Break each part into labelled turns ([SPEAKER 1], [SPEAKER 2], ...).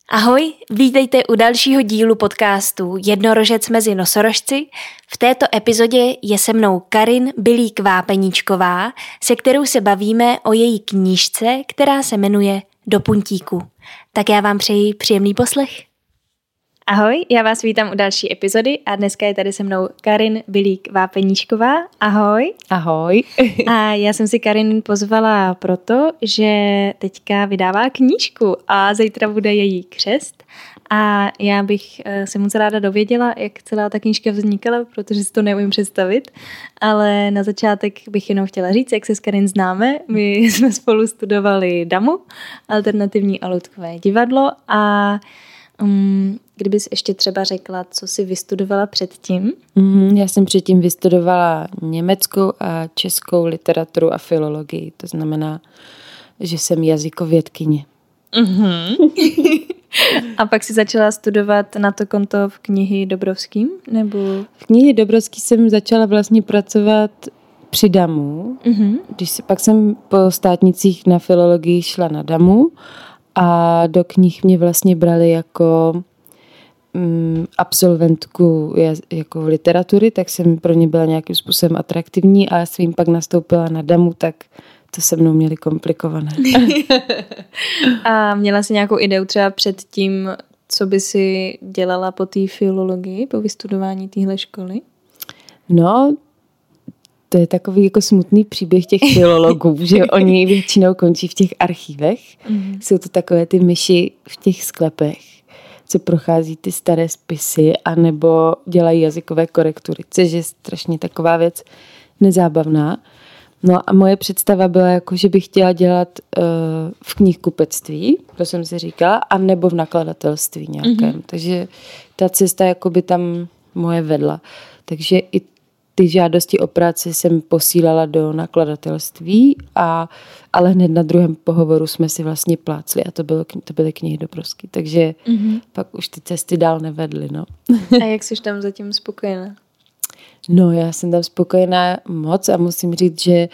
[SPEAKER 1] Ahoj, vítejte u dalšího dílu podcastu Jednorožec mezi nosorožci. V této epizodě je se mnou Karin Bilík-Vápeníčková, se kterou se bavíme o její knížce, která se jmenuje Do puntíku. Tak já vám přeji příjemný poslech. Ahoj, já vás vítám u další epizody a dneska je tady se mnou Karin Bilík-Vápeníčková. Ahoj.
[SPEAKER 2] Ahoj.
[SPEAKER 1] A já jsem si Karin pozvala proto, že teďka vydává knížku a zítra bude její křest. A já bych se moc ráda dověděla, jak celá ta knížka vznikala, protože si to neumím představit. Ale na začátek bych jenom chtěla říct, jak se s Karin známe. My jsme spolu studovali DAMU, alternativní a loutkové divadlo, a kdybys ještě třeba řekla, co jsi vystudovala předtím?
[SPEAKER 2] Já jsem předtím vystudovala německou a českou literaturu a filologii. To znamená, že jsem jazykovědkyně.
[SPEAKER 1] A pak si začala studovat na to konto v knihy Dobrovským? Nebo?
[SPEAKER 2] V knihy Dobrovský jsem začala vlastně pracovat při DAMU. Pak jsem po státnicích na filologii šla na DAMU a do knih mě vlastně brali jako absolventku jako literatury, tak jsem pro ně byla nějakým způsobem atraktivní a svým pak nastoupila na DAMU, tak to se mnou měli komplikované.
[SPEAKER 1] A měla jsi nějakou ideu třeba před tím, co by si dělala po té filologii, po vystudování téhle školy?
[SPEAKER 2] No, to je takový jako smutný příběh těch filologů, že oni většinou končí v těch archívech. Jsou to takové ty myši v těch sklepech, co prochází ty staré spisy, anebo dělají jazykové korektury, což je strašně taková věc nezábavná. No a moje představa byla jako, že bych chtěla dělat v knihkupectví, to jsem si říkala, anebo v nakladatelství nějakém. Takže ta cesta jakoby tam moje vedla. Takže i ty žádosti o práci jsem posílala do nakladatelství, ale hned na druhém pohovoru jsme si vlastně plácli a to byly knihy Dobrovský. Takže pak už ty cesty dál nevedly. No.
[SPEAKER 1] A jak jsi tam zatím spokojená?
[SPEAKER 2] No, já jsem tam spokojená moc a musím říct, že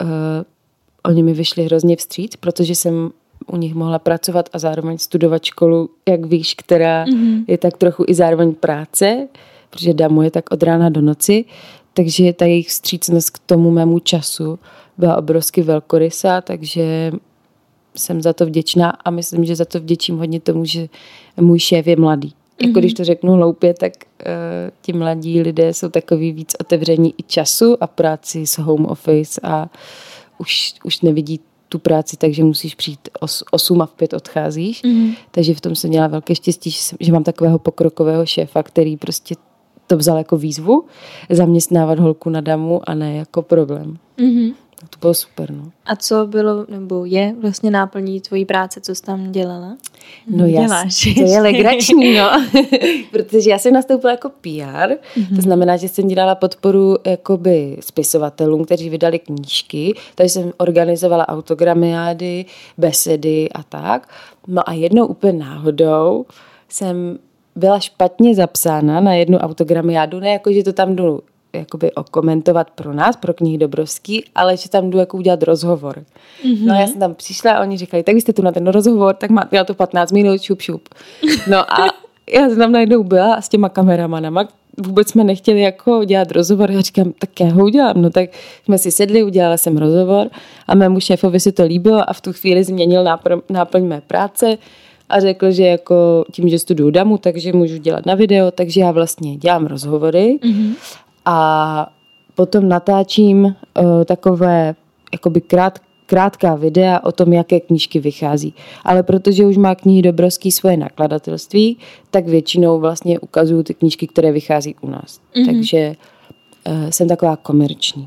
[SPEAKER 2] oni mi vyšli hrozně vstříc, protože jsem u nich mohla pracovat a zároveň studovat školu, jak víš, která je tak trochu i zároveň práce, protože DAMU je tak od rána do noci, takže ta jejich vstřícnost k tomu mému času byla obrovsky velkorysá, takže jsem za to vděčná a myslím, že za to vděčím hodně tomu, že můj šéf je mladý. Jako když to řeknu hloupě, tak ti mladí lidé jsou takový víc otevření i času a práci s home office a už nevidí tu práci, takže musíš přijít 8 a v 5 odcházíš. Takže v tom jsem měla velké štěstí, že mám takového pokrokového šéfa, který prostě to vzal jako výzvu zaměstnávat holku na DAMU a ne jako problém. To bylo super. No.
[SPEAKER 1] A co bylo, nebo je vlastně náplní tvojí práce, co jsi tam dělala?
[SPEAKER 2] No děláš. To je legrační, no. Protože já jsem nastoupila jako PR, to znamená, že jsem dělala podporu jakoby spisovatelům, kteří vydali knížky, takže jsem organizovala autogramiády, besedy a tak. No a jednou úplně náhodou jsem byla špatně zapsána na jednu autogramiádu, ne jako, že to tam jdu jakoby okomentovat pro nás, pro knihy Dobrovský, ale že tam jdu jako udělat rozhovor. No a já jsem tam přišla a oni říkali, tak vy jste tu na ten rozhovor, tak máte to 15 minut, šup. No a já jsem tam najednou byla a s těma kameramanama vůbec jsme nechtěli jako dělat rozhovor. Já říkám, tak já ho udělám. No tak jsme si sedli, udělala jsem rozhovor a mému šéfovi se to líbilo a v tu chvíli změnil náplň mé práce a řekl, že jako tím, že studuju DAMU, takže můžu dělat na video, takže já vlastně dělám rozhovory a potom natáčím takové jakoby krátká videa o tom, jaké knížky vychází. Ale protože už má knihy Dobrovský svoje nakladatelství, tak většinou vlastně ukazuju ty knížky, které vychází u nás. Takže jsem taková komerční.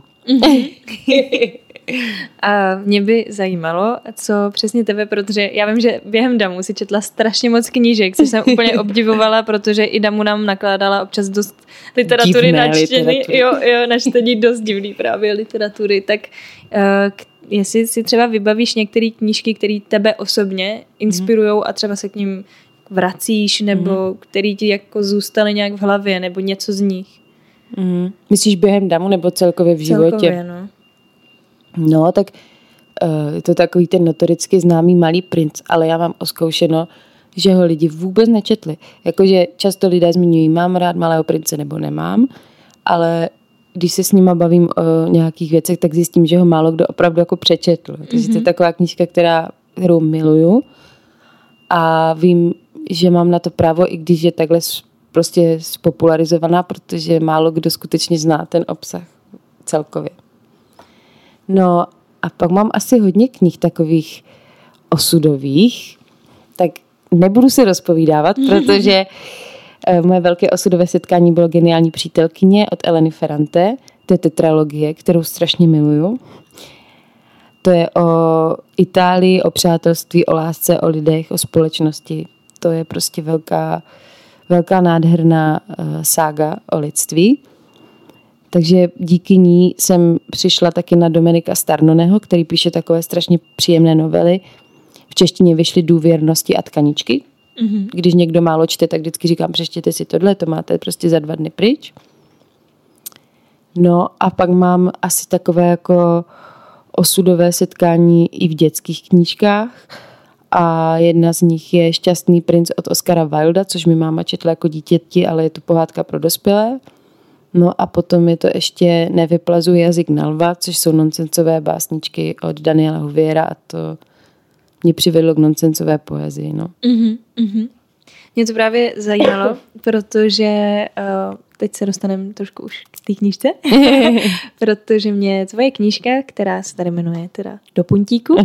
[SPEAKER 1] A mě by zajímalo, co přesně tebe, protože já vím, že během DAMU si četla strašně moc knížek, což jsem úplně obdivovala, protože i DAMU nám nakládala občas dost literatury na čtení. Jo, na čtení dost divný právě literatury. Tak jestli si třeba vybavíš některé knížky, které tebe osobně inspirujou a třeba se k ním vracíš, nebo který ti jako zůstaly nějak v hlavě, nebo něco z nich.
[SPEAKER 2] Myslíš během DAMU nebo celkově v životě?
[SPEAKER 1] Celkově, no.
[SPEAKER 2] No, tak je to takový ten notoricky známý Malý princ, ale já mám oskoušeno že ho lidi vůbec nečetli. Jakože často lidé zmiňují, mám rád Malého prince nebo nemám, ale když se s nima bavím o nějakých věcech, tak zjistím, že ho málo kdo opravdu jako přečetl. Takže to je taková knížka, kterou miluju a vím, že mám na to právo, i když je takhle prostě spopularizovaná, protože málo kdo skutečně zná ten obsah celkově. No a pak mám asi hodně knih takových osudových, tak nebudu si rozpovídávat, protože moje velké osudové setkání bylo Geniální přítelkyně od Eleny Ferrante. To je tetralogie, kterou strašně miluju. To je o Itálii, o přátelství, o lásce, o lidech, o společnosti. To je prostě velká nádherná sága o lidství. Takže díky ní jsem přišla taky na Dominika Starnoneho, který píše takové strašně příjemné novely. V češtině vyšly Důvěrnosti a tkaničky. Mm-hmm. Když někdo málo čte, tak vždycky říkám, přečtěte si tohle, to máte prostě za 2 dny pryč. No a pak mám asi takové jako osudové setkání i v dětských knížkách. A jedna z nich je Šťastný princ od Oscara Wilda, což mi máma četla jako dítěti, ale je to pohádka pro dospělé. No a potom je to ještě Nevyplazuj jazyk na lva, což jsou nonsensové básničky od Daniela Huviera a to mě přivedlo k nonsensové poezii. No.
[SPEAKER 1] Mm-hmm. Mě to právě zajímalo, protože teď se dostaneme trošku už k té knížce, protože mě tvoje knížka, která se tady jmenuje teda Do puntíku,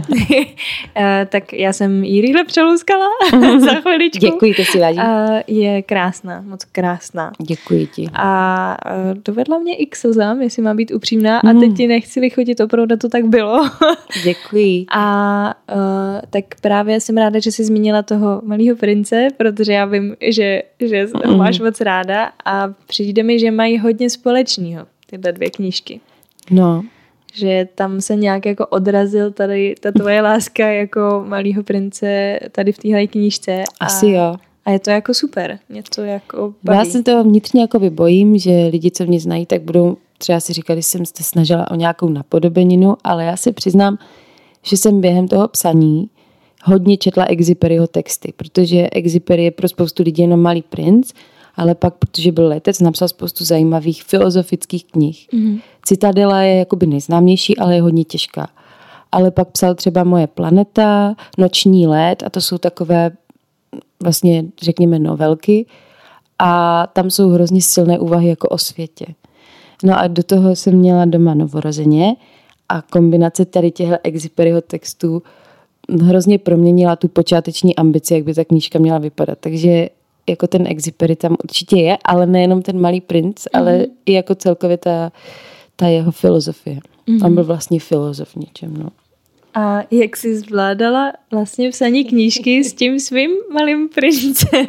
[SPEAKER 1] tak já jsem ji rychle přelouskala za chviličku.
[SPEAKER 2] Děkuji, to si vážím.
[SPEAKER 1] Je krásná, moc krásná.
[SPEAKER 2] Děkuji ti.
[SPEAKER 1] A dovedla mě i k slzám, jestli mám být upřímná, a teď ti nechci lichotit, opravdu to tak bylo.
[SPEAKER 2] Děkuji.
[SPEAKER 1] A tak právě jsem ráda, že jsi zmínila toho Malého prince, protože já vím, že ho máš moc ráda a přijde mi, že mají hodně společného, tyhle 2 knížky.
[SPEAKER 2] No.
[SPEAKER 1] Že tam se nějak jako odrazil tady ta tvoje láska jako Malého prince tady v téhle knížce.
[SPEAKER 2] Asi jo.
[SPEAKER 1] A je to jako super. Mě to jako baví.
[SPEAKER 2] Já se toho vnitřně jako bojím, že lidi, co mě znají, tak budou třeba si říkat, když jsem se snažila o nějakou napodobeninu, ale já si přiznám, že jsem během toho psaní hodně četla Exuperyho texty, protože Exupery je pro spoustu lidí jenom Malý princ, ale pak, protože byl letec, napsal spoustu zajímavých filozofických knih. Mm-hmm. Citadela je jakoby nejznámější, ale je hodně těžká. Ale pak psal třeba Moje planeta, Noční let a to jsou takové vlastně, řekněme, novelky a tam jsou hrozně silné úvahy jako o světě. No a do toho jsem měla doma novorozeně a kombinace tady těchto Exuperyho textů hrozně proměnila tu počáteční ambici, jak by ta knížka měla vypadat. Takže jako ten Exupery tam určitě je, ale nejenom ten Malý princ, ale i jako celkově ta jeho filozofie. On byl vlastně filozof v něčem, no.
[SPEAKER 1] A jak jsi zvládala vlastně psaní knížky s tím svým Malým princem?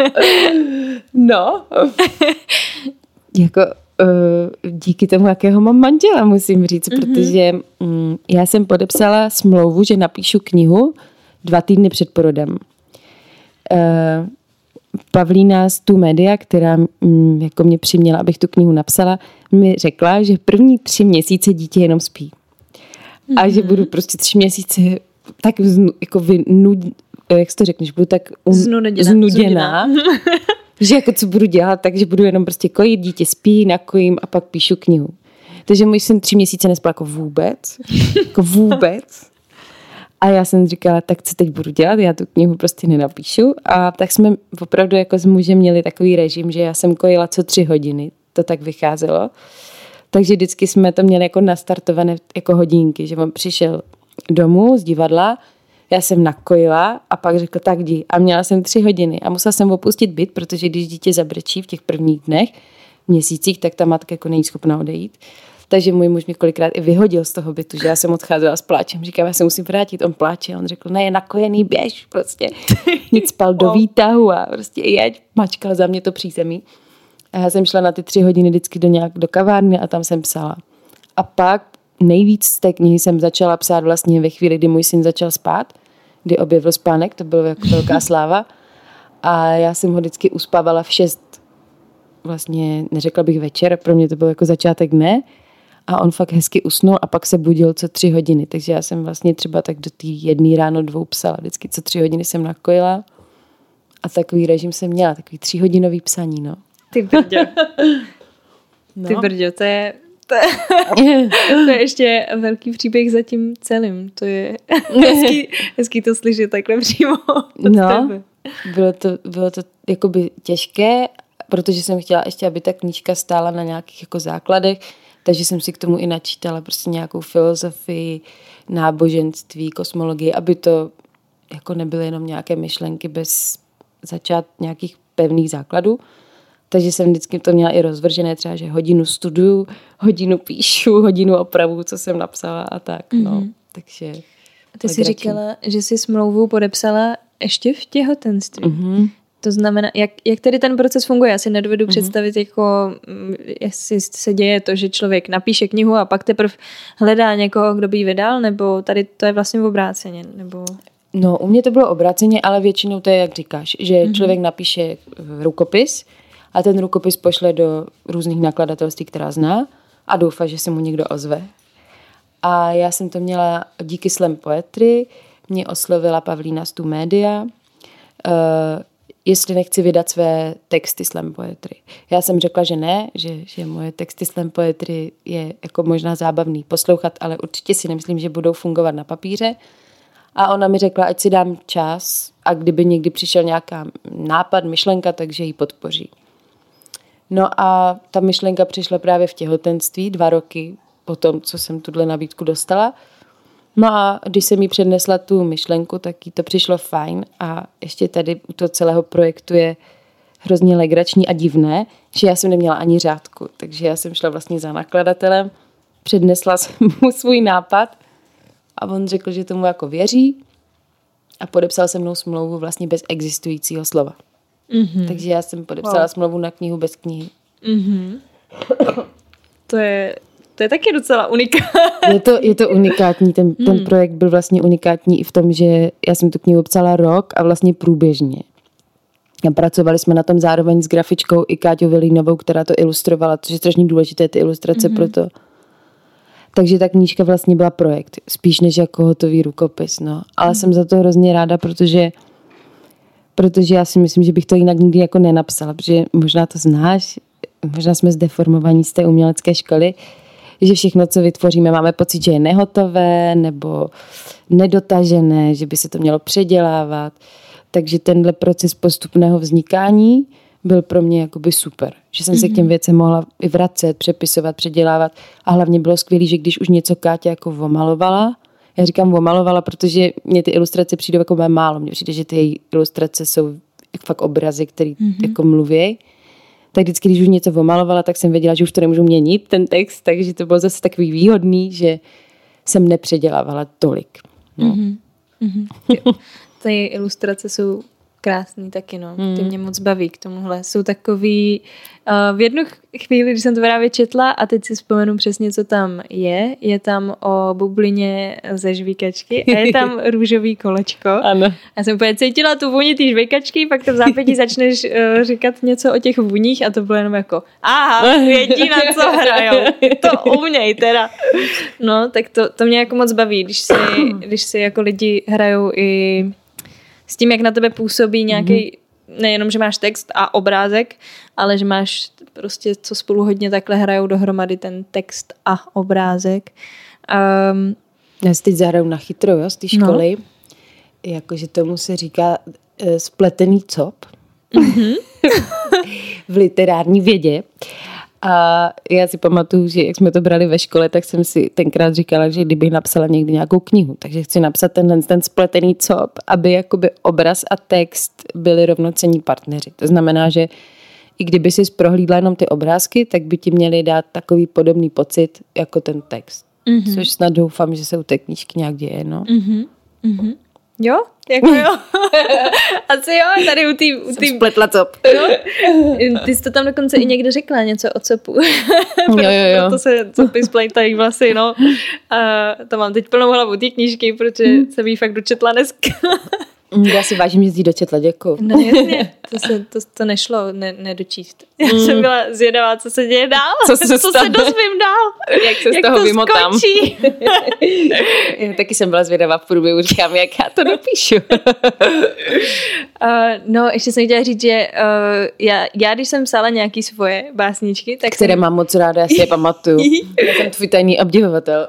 [SPEAKER 2] No, jako díky tomu, jakého mám manžela, musím říct, protože já jsem podepsala smlouvu, že napíšu knihu 2 týdny před porodem. Pavlína z Tu Media, která jako mě přiměla, abych tu knihu napsala, mi řekla, že první 3 měsíce dítě jenom spí. A že budu prostě 3 měsíce tak jako jak jsi to řekneš, budu tak znuděná. Že jako co budu dělat, takže budu jenom prostě kojit, dítě spí, nakojím a pak píšu knihu. Takže můj syn 3 měsíce nespal jako vůbec. Jako vůbec. A já jsem říkala, tak co teď budu dělat, já tu knihu prostě nenapíšu. A tak jsme opravdu jako s mužem měli takový režim, že já jsem kojila co 3 hodiny. To tak vycházelo. Takže vždycky jsme to měli jako nastartované jako hodinky, že on přišel domů z divadla, já jsem nakojila a pak řekl, tak jdi. A měla jsem 3 hodiny a musela jsem opustit byt, protože když dítě zabrečí v těch prvních dnech, měsících, tak ta matka jako není schopná odejít. Takže můj muž mě kolikrát i vyhodil z toho bytu, že já jsem odcházela s pláčem. Říkám, já se musím vrátit, on pláče. On řekl, ne, je nakojený, běž, prostě. Nic spal do výtahu a prostě jeď, mačkal za mě to přízemí. A já jsem šla na ty 3 hodiny vždycky do kavárny a tam jsem psala. A pak nejvíc z té knihy jsem začala psát vlastně ve chvíli, kdy můj syn začal spát, kdy objevil spánek, to bylo jako velká sláva. A já jsem ho vždycky uspávala v 6, vlastně neřekla bych večer, pro mě to byl jako začátek dne. A on fakt hezky usnul a pak se budil co 3 hodiny. Takže já jsem vlastně třeba tak do té 1 ráno 2 psala. Vždycky co 3 hodiny jsem nakojila. A takový režim jsem měla, takový 3hodinový psaní, no.
[SPEAKER 1] Ty brďo. No. Ty brďo, to je ještě velký příběh za tím celým. To je hezký to slyšet takhle přímo od tebe.
[SPEAKER 2] Bylo to jakoby těžké, protože jsem chtěla ještě, aby ta knížka stála na nějakých jako základech, takže jsem si k tomu i načítala prostě nějakou filozofii, náboženství, kosmologii, aby to jako nebyly jenom nějaké myšlenky bez nějakých pevných základů. Takže jsem vždycky to měla i rozvržené, třeba, že hodinu studuju, hodinu píšu, hodinu opravu, co jsem napsala a tak. No. Takže
[SPEAKER 1] a ty jsi říkala, že jsi smlouvu podepsala ještě v těhotenství. To znamená, jak tedy ten proces funguje? Já si nedovedu představit, jako, jestli se děje to, že člověk napíše knihu a pak teprve hledá někoho, kdo by ji vydal, nebo tady to je vlastně obráceně, nebo...
[SPEAKER 2] No, u mě to bylo obráceně, ale většinou to je, jak říkáš, že člověk napíše rukopis a ten rukopis pošle do různých nakladatelství, která zná a doufá, že se mu někdo ozve. A já jsem to měla díky Slam Poetry, mě oslovila Pavlína z Tu Media, jestli nechci vydat své texty Slam Poetry. Já jsem řekla, že ne, že moje texty Slam Poetry je jako možná zábavný poslouchat, ale určitě si nemyslím, že budou fungovat na papíře. A ona mi řekla, ať si dám čas a kdyby někdy přišel nějaká nápad, myšlenka, takže ji podpoří. No a ta myšlenka přišla právě v těhotenství, 2 roky po tom, co jsem tuhle nabídku dostala. No a když jsem jí přednesla tu myšlenku, tak jí to přišlo fajn a ještě tady u toho celého projektu je hrozně legrační a divné, že já jsem neměla ani řádku, takže já jsem šla vlastně za nakladatelem, přednesla jsem mu svůj nápad a on řekl, že tomu jako věří a podepsal se mnou smlouvu vlastně bez existujícího slova. Takže já jsem podepsala smlouvu na knihu bez knihy.
[SPEAKER 1] To je taky docela unikátní.
[SPEAKER 2] Je to unikátní, ten projekt byl vlastně unikátní i v tom, že já jsem tu knihu psala rok a vlastně průběžně. A pracovali jsme na tom zároveň s grafičkou i Káťou Vilínovou, která to ilustrovala, což je strašně důležité, ty ilustrace pro to. Takže ta knížka vlastně byla projekt, spíš než jako hotový rukopis. No. Ale jsem za to hrozně ráda, protože já si myslím, že bych to jinak nikdy jako nenapsala, protože možná to znáš, možná jsme zdeformovaní z té umělecké školy, že všechno, co vytvoříme, máme pocit, že je nehotové nebo nedotažené, že by se to mělo předělávat. Takže tenhle proces postupného vznikání byl pro mě jakoby super. Že jsem se k těm věcem mohla i vracet, přepisovat, předělávat. A hlavně bylo skvělé, že když už něco Káťa jako omalovala, já říkám omalovala, protože mě ty ilustrace přijdou jako málo. Mně přijde, že ty její ilustrace jsou fakt obrazy, které jako mluví. Tak vždycky, když už něco omalovala, tak jsem věděla, že už to nemůžu měnit, ten text, takže to bylo zase takový výhodný, že jsem nepředělávala tolik. No.
[SPEAKER 1] Ty ilustrace jsou krásný taky, no. Ty mě moc baví k tomuhle. Jsou takový, v jednu chvíli, když jsem to právě četla a teď si vzpomenu přesně, co tam je. Je tam o bublině ze žvíkačky a je tam růžový kolečko.
[SPEAKER 2] Ano.
[SPEAKER 1] Já jsem úplně cítila tu vůni té žvíkačky, pak to v zápětí začneš říkat něco o těch vůních a to bylo jenom jako aha, vědí, na co hrajou. To uměj teda. No, tak to mě jako moc baví, když si jako lidi hrajou i s tím, jak na tebe působí nějaký, nejenom, že máš text a obrázek, ale že máš prostě, co spolu hodně takhle hrajou dohromady ten text a obrázek.
[SPEAKER 2] Já si teď zahraju na chytro, jo, z té školy. No. Jakože tomu se říká spletený cop v literární vědě. A já si pamatuju, že jak jsme to brali ve škole, tak jsem si tenkrát říkala, že kdybych napsala někdy nějakou knihu, takže chci napsat ten spletený cop, aby jakoby obraz a text byli rovnocenní partneři. To znamená, že i kdyby si prohlídla jenom ty obrázky, tak by ti měli dát takový podobný pocit jako ten text. Což snad doufám, že se u té knížky nějak děje, no.
[SPEAKER 1] Jo? Jako jo. Asi jo, tady u tý...
[SPEAKER 2] spletla cop.
[SPEAKER 1] No. Ty jsi to tam dokonce i někde řekla něco o copu.
[SPEAKER 2] Jo.
[SPEAKER 1] Proto se copy splejtají vlasy, no. A to mám teď plnou hlavu té knížky, protože jsem jí fakt dočetla dneska.
[SPEAKER 2] Já si vážím, že jsi dočetla, děkuju.
[SPEAKER 1] No jasně, to nešlo nedočíst. Já jsem byla zvědavá, co se děje dál, co se dozvím dál.
[SPEAKER 2] Jak se z toho vymotám. Já taky jsem byla zvědavá v průběhu, říkám, jak já to dopíšu.
[SPEAKER 1] No, ještě jsem chtěla říct, že já když jsem psala nějaký svoje básničky, tak
[SPEAKER 2] které mám moc ráda, já si je pamatuju. Já jsem tvůj tajný obdivovatel.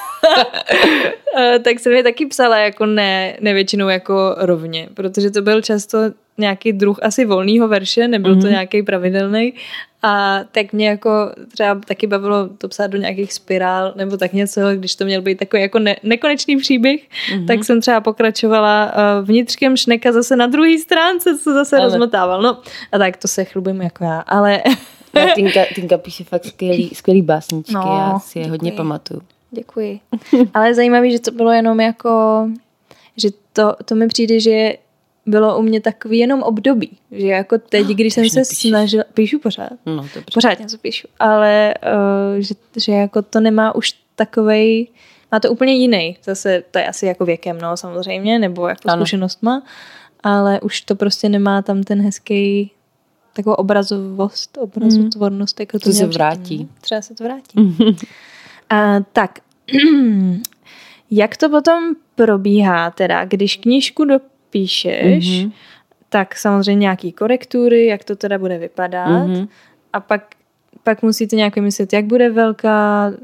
[SPEAKER 1] Tak jsem je taky psala jako ne většinou jako rovně, protože to byl často nějaký druh asi volného verše, nebyl to nějaký pravidelný a tak mě jako třeba taky bavilo to psát do nějakých spirál nebo tak něco, když to měl být takový jako nekonečný příběh, tak jsem třeba pokračovala vnitřkem Šneka zase na druhé stránce, co zase rozmotával. No a tak to se chlubím jako já, ale...
[SPEAKER 2] Tinka píše fakt skvělý básničky, já si je hodně pamatuju.
[SPEAKER 1] Děkuji. Ale zajímavé, že to bylo jenom jako, že to mi přijde, že bylo u mě takový jenom období, že jako teď, když jsem se snažila, píšu pořád, pořád něco píšu, ale že jako to nemá už takovej, má to úplně jiný, zase to je asi jako věkem, no samozřejmě, nebo jako zkušenostma, ale už to prostě nemá tam ten hezký takovou obrazotvornost, jako to
[SPEAKER 2] se vrátí.
[SPEAKER 1] Třeba se to vrátí. Tak, jak to potom probíhá teda, když knížku dopíšeš, tak samozřejmě nějaký korektury, jak to teda bude vypadat a pak musíte nějak vymyslet, jak bude velká,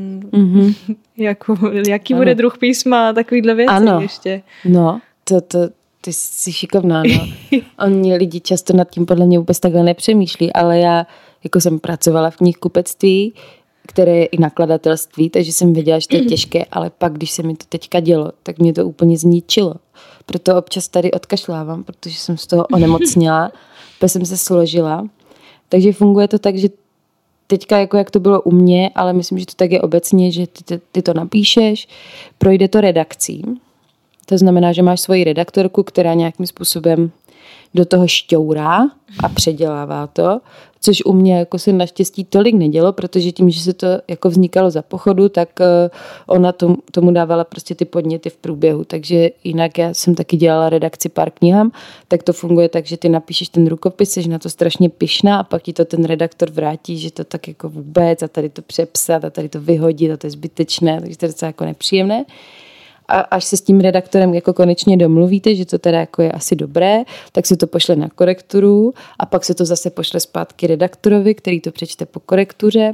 [SPEAKER 1] jaký bude druh písma, takovýhle věci ještě.
[SPEAKER 2] No, ty jsi šikovná, no. Oni lidi často nad tím podle mě vůbec takhle nepřemýšlí, ale já jako jsem pracovala v knihkupectví, které je i nakladatelství, takže jsem věděla, že to je těžké, ale pak, když se mi to teďka dělo, tak mě to úplně zničilo. Proto občas tady odkašlávám, protože jsem z toho onemocněla, protože jsem se složila. Takže funguje to tak, že teďka jako jak to bylo u mě, ale myslím, že to tak je obecně, že ty to napíšeš, projde to redakcí. To znamená, že máš svoji redaktorku, která nějakým způsobem do toho šťourá a předělává to, což u mě jako se naštěstí tolik nedělo, protože tím, že se to jako vznikalo za pochodu, tak ona tomu dávala prostě ty podněty v průběhu, takže jinak já jsem taky dělala redakci pár knihám, tak to funguje tak, že ty napíšeš ten rukopis, jsi na to strašně pyšná a pak ti to ten redaktor vrátí, že to tak jako vůbec a tady to přepsat a tady to vyhodit a to je zbytečné, takže to je docela jako nepříjemné. A až se s tím redaktorem jako konečně domluvíte, že to teda jako je asi dobré, tak se to pošle na korekturu a pak se to zase pošle zpátky redaktorovi, který to přečte po korektuře.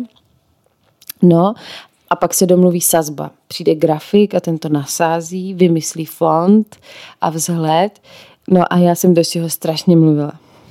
[SPEAKER 2] No a pak se domluví sazba. Přijde grafik a ten to nasází, vymyslí font a vzhled. No a já jsem do všeho strašně mluvila.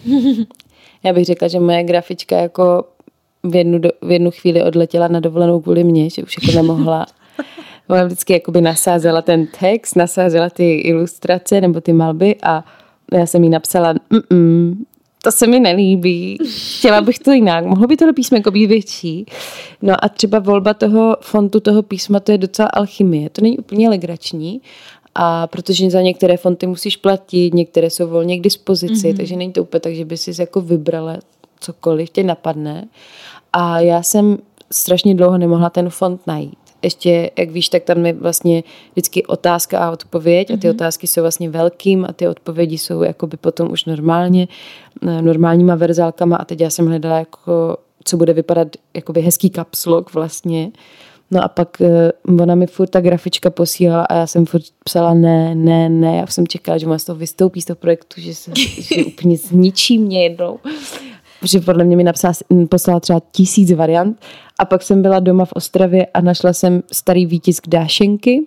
[SPEAKER 2] Já bych řekla, že moje grafička jako v jednu chvíli odletěla na dovolenou kvůli mě, že už jako nemohla. Ona vždycky jakoby nasázela ten text, nasázela ty ilustrace nebo ty malby a já jsem jí napsala, to se mi nelíbí, chtěla bych to jinak, mohlo by to písmenko být větší. No a třeba volba toho fontu, toho písma, to je docela alchymie, to není úplně legrační, a protože za některé fonty musíš platit, některé jsou volně k dispozici, takže není to úplně tak, že by si jako vybrala cokoliv tě napadne. A já jsem strašně dlouho nemohla ten font najít. Ještě, jak víš, tak tam je vlastně vždycky otázka a odpověď a ty otázky jsou vlastně velkým a ty odpovědi jsou jakoby potom už normálníma verzálkama a teď já jsem hledala, jako, co bude vypadat jakoby hezký kapslok vlastně. No a pak ona mi furt ta grafička posílala a já jsem furt psala ne. Já jsem čekala, že ona z toho vystoupí z toho projektu, že úplně zničí mě jednou. Protože podle mě mi poslala třeba 1000 variant. A pak jsem byla doma v Ostravě a našla jsem starý výtisk Dášenky,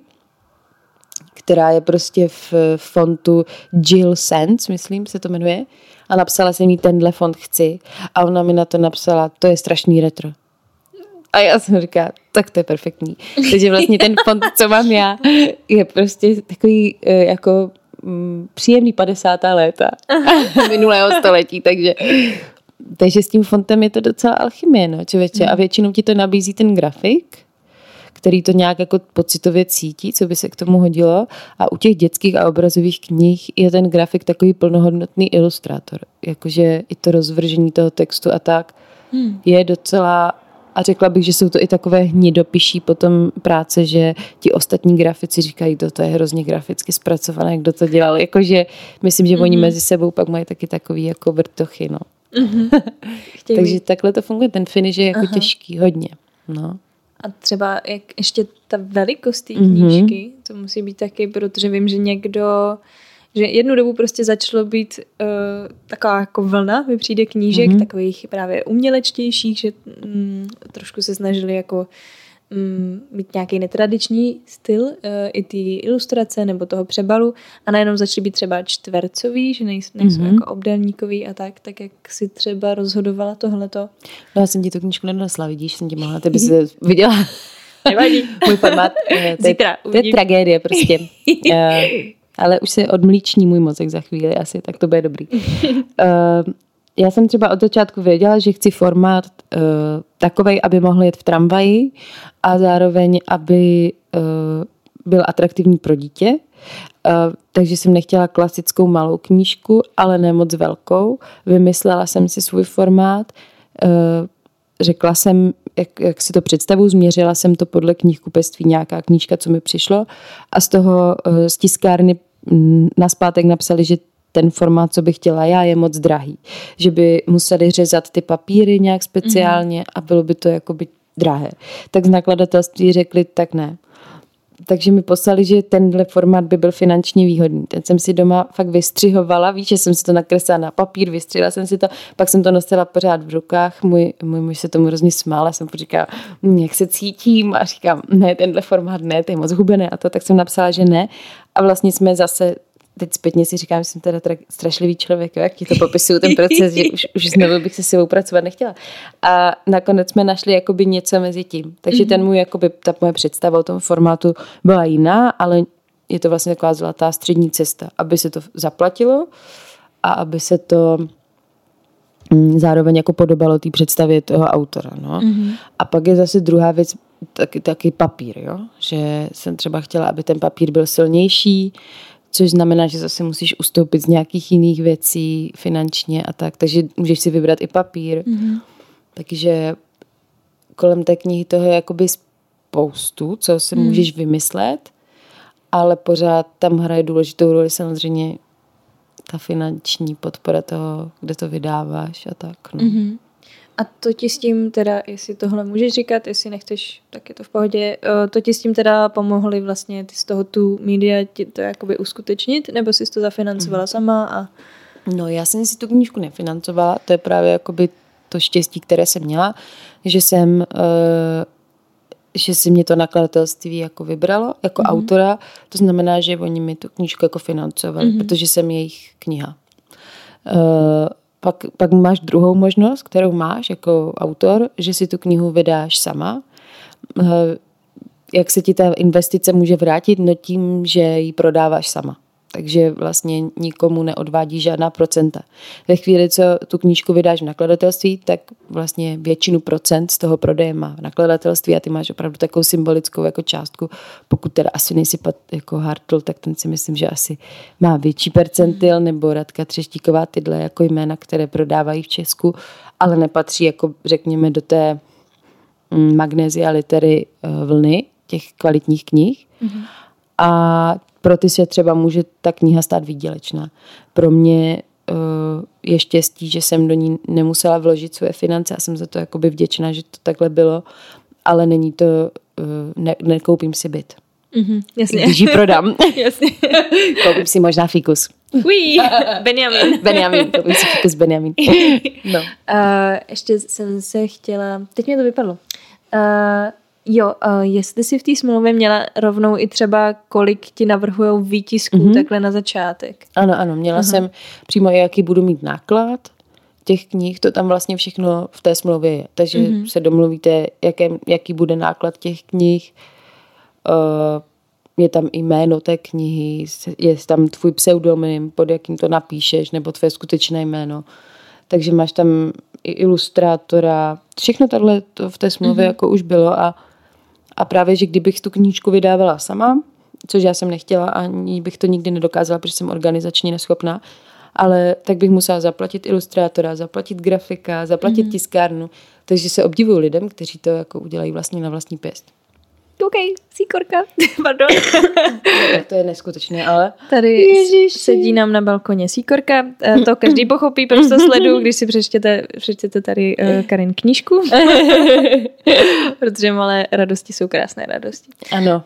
[SPEAKER 2] která je prostě v fontu Jill Sands, myslím, se to jmenuje. A napsala jsem jí, tenhle font chci. A ona mi na to napsala, to je strašný retro. A já jsem říkala, tak to je perfektní. Takže vlastně ten font, co mám já, je prostě takový jako příjemný 50. léta minulého století, takže s tím fontem je to docela alchymie, no, člověče. A většinou ti to nabízí ten grafik, který to nějak jako pocitově cítí, co by se k tomu hodilo. A u těch dětských a obrazových knih je ten grafik takový plnohodnotný ilustrátor. Jakože i to rozvržení toho textu a tak je docela A řekla bych, že jsou to i takové hnidopiší potom práce, že ti ostatní grafici říkají, to je hrozně graficky zpracované, kdo to dělal. Jakože myslím, že oni mezi sebou pak mají taky takový jako vrtochy, no. Takže takhle to funguje. Ten finish je jako těžký, hodně. No.
[SPEAKER 1] A třeba jak ještě ta velikost té knížky, to musí být taky, protože vím, že že jednu dobu prostě začalo být taková jako vlna, mi přijde knížek, takových právě umělečtějších, že trošku se snažili jako mít nějaký netradiční styl i ty ilustrace nebo toho přebalu a najednou začaly být třeba čtvercový, že nejsou jako obdélníkový a tak jak si třeba rozhodovala tohleto.
[SPEAKER 2] No já jsem ti tu knížku nedonesla, vidíš, jsem ti mohla, ty bys se viděla.
[SPEAKER 1] Nevadí.
[SPEAKER 2] Můj formát, to je tragédie prostě. Ale už se odmlíční můj mozek za chvíli asi, tak to bude dobrý. Já jsem třeba od začátku věděla, že chci formát takovej, aby mohl jet v tramvaji a zároveň, aby byl atraktivní pro dítě. Takže jsem nechtěla klasickou malou knížku, ale ne moc velkou. Vymyslela jsem si svůj formát, řekla jsem, jak si to představuji, změřila jsem to podle knihkupectví, nějaká knížka, co mi přišlo a z tiskárny nazpátek napsali, že ten formát, co bych chtěla já, je moc drahý. Že by museli řezat ty papíry nějak speciálně a bylo by to jakoby drahé. Tak z nakladatelství řekli, tak ne. Takže mi poslali, že tenhle formát by byl finančně výhodný. Ten jsem si doma fakt vystřihovala, víš, že jsem si to nakreslila na papír, vystřihla jsem si to, pak jsem to nosila pořád v rukách, můj muž se tomu hrozně smál, jsem říkala, jak se cítím a říkám, ne, tenhle formát ne, to je moc hubené a to, tak jsem napsala, že ne a vlastně jsme zase teď zpětně si říkám, že jsem teda strašlivý člověk, jak ti to popisuju ten proces, že už znovu bych se sebou pracovat nechtěla. A nakonec jsme našli jakoby něco mezi tím. Takže ta moje představa o tom formátu byla jiná, ale je to vlastně taková zlatá střední cesta, aby se to zaplatilo a aby se to zároveň jako podobalo té představě toho autora. No. A pak je zase druhá věc, taky papír, jo? Že jsem třeba chtěla, aby ten papír byl silnější, což znamená, že zase musíš ustoupit z nějakých jiných věcí finančně a tak. Takže můžeš si vybrat i papír. Takže kolem té knihy toho je jakoby spoustu, co si můžeš vymyslet, ale pořád tam hraje důležitou roli samozřejmě ta finanční podpora toho, kde to vydáváš a tak. No.
[SPEAKER 1] A to ti s tím teda, jestli tohle můžeš říkat, jestli nechceš, tak je to v pohodě, to ti s tím teda pomohli vlastně ty z toho tu media ti to jakoby uskutečnit, nebo jsi to zafinancovala sama? A...
[SPEAKER 2] No já jsem si tu knížku nefinancovala, to je právě jakoby to štěstí, které jsem měla, že si mě to nakladatelství jako vybralo, jako autora, to znamená, že oni mi tu knížku jako financovali, protože jsem jejich kniha. Pak máš druhou možnost, kterou máš jako autor, že si tu knihu vydáš sama. Jak se ti ta investice může vrátit? No tím, že ji prodáváš sama. Takže vlastně nikomu neodvádí žádná procenta. Ve chvíli, co tu knížku vydáš v nakladatelství, tak vlastně většinu procent z toho prodeje má v nakladatelství a ty máš opravdu takovou symbolickou jako částku. Pokud teda asi nejsi jako Hartl, tak ten si myslím, že asi má větší percentil, nebo Radka Třeštíková, tyhle jako jména, které prodávají v Česku, ale nepatří jako řekněme do té Magnézia litery vlny těch kvalitních knih. A pro ty se třeba může ta kniha stát výdělečná. Pro mě je štěstí, že jsem do ní nemusela vložit svoje finance a jsem za to jakoby vděčná, že to takhle bylo, ale není to, nekoupím si byt.
[SPEAKER 1] Jasně.
[SPEAKER 2] Když ji prodám.
[SPEAKER 1] Jasně.
[SPEAKER 2] Koupím si možná fikus. Benjamin, koupím si fikus Benjamin. No.
[SPEAKER 1] Ještě jsem se chtěla, teď mě to vypadlo. Jestli jsi v té smlouvě měla rovnou i třeba, kolik ti navrhujou výtisků takhle na začátek.
[SPEAKER 2] Ano, měla jsem přímo, jaký budu mít náklad těch knih, to tam vlastně všechno v té smlouvě je. Takže se domluvíte, jaký bude náklad těch knih, je tam jméno té knihy, je tam tvůj pseudonym, pod jakým to napíšeš, nebo tvé skutečné jméno. Takže máš tam i ilustrátora, všechno takhle to v té smlouvě jako už bylo a právě, že kdybych tu knížku vydávala sama, což já jsem nechtěla, ani bych to nikdy nedokázala, protože jsem organizačně neschopná, ale tak bych musela zaplatit ilustrátora, zaplatit grafika, zaplatit tiskárnu, Takže se obdivuju lidem, kteří to jako udělají vlastně na vlastní pěst.
[SPEAKER 1] OK, síkorka. Pardon.
[SPEAKER 2] To je neskutečné, ale...
[SPEAKER 1] Tady sedí nám na balkoně síkorka. To každý pochopí, proč to sleduju, když si přečtěte tady Karin knížku. Protože malé radosti jsou krásné radosti.
[SPEAKER 2] Ano.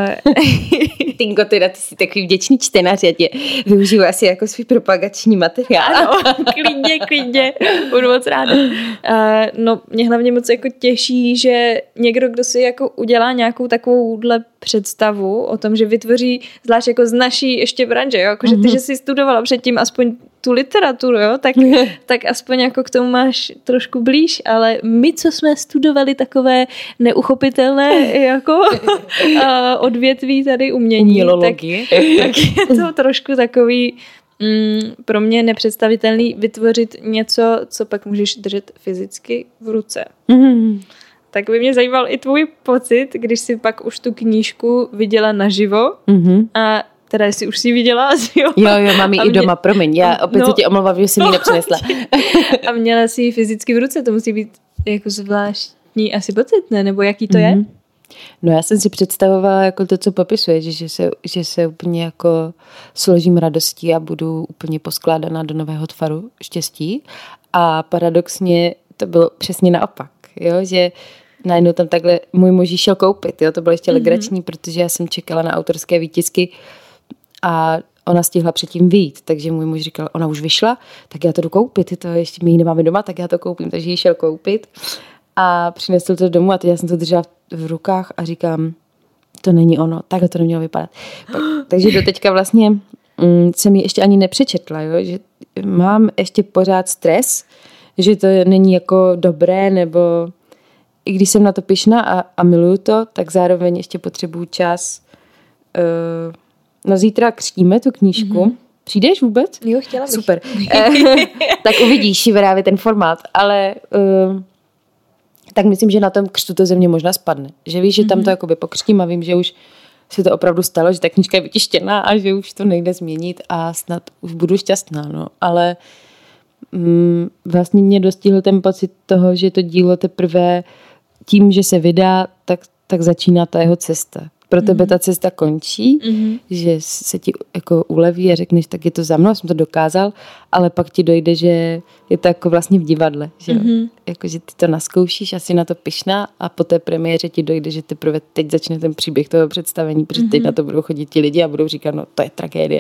[SPEAKER 2] Tinko, ty jsi takový vděčný čtenář, já tě využiju asi jako svůj propagační materiál.
[SPEAKER 1] Ano, klidně, budu moc ráda. No, mě hlavně moc jako těší, že někdo, kdo si jako udělá nějakou takovouhle představu o tom, že vytvoří, zvlášť jako z naší ještě branže, jo? Jako, že ty, že jsi studovala předtím aspoň tu literaturu, jo? Tak aspoň jako k tomu máš trošku blíž, ale my, co jsme studovali takové neuchopitelné jako odvětví tady umění, tak je to trošku takový pro mě nepředstavitelný vytvořit něco, co pak můžeš držet fyzicky v ruce. Tak by mě zajímal i tvůj pocit, když jsi pak už tu knížku viděla naživo a teda jestli už jsi ji viděla asi, jo.
[SPEAKER 2] Jo, mám ji i doma, promiň, já opět se ti omlouvám, že jsem ji nepřinesla.
[SPEAKER 1] A měla jsi ji fyzicky v ruce, to musí být jako zvláštní asi pocit, ne? Nebo jaký to je?
[SPEAKER 2] No já jsem si představovala jako to, co popisuje, že se úplně jako složím radostí a budu úplně poskládaná do nového tvaru štěstí a paradoxně to bylo přesně naopak, jo, že najednou tam takhle můj muž šel koupit, jo, to bylo ještě legrační, protože já jsem čekala na autorské výtisky a ona stihla předtím vyjít, takže můj muž říkal, ona už vyšla, tak já to jdu koupit, to ještě my ji nemáme doma, tak já to koupím, takže ji šel koupit a přinesl to domů a teď já jsem to držela v rukách a říkám, to není ono, takhle to nemělo vypadat. Takže do teďka vlastně jsem ji ještě ani nepřečetla, jo, že mám ještě pořád stres, že to není jako dobré, nebo i když jsem na to pyšná a miluju to, tak zároveň ještě potřebuju čas. No zítra křtíme tu knížku. Přijdeš vůbec?
[SPEAKER 1] Jo, chtěla bych.
[SPEAKER 2] Super. Tak uvidíš právě ten formát, ale tak myslím, že na tom křtu to ze mě možná spadne. Že víš, že tam to jakoby pokřtím a vím, že už se to opravdu stalo, že ta knížka je vytištěná a že už to nejde změnit a snad už budu šťastná, no. Ale vlastně mě dostihl ten pocit toho, že to dílo teprve tím, že se vydá, tak začíná ta jeho cesta. Pro tebe ta cesta končí, že se ti jako uleví a řekneš, tak je to za mnou, jsem to dokázal, ale pak ti dojde, že je to jako vlastně v divadle, že jo? Jako, že ty to naskoušíš a jsi na to pyšná a po té premiéře ti dojde, že teprve teď začne ten příběh toho představení, protože teď na to budou chodit ti lidi a budou říkat, no to je tragédie.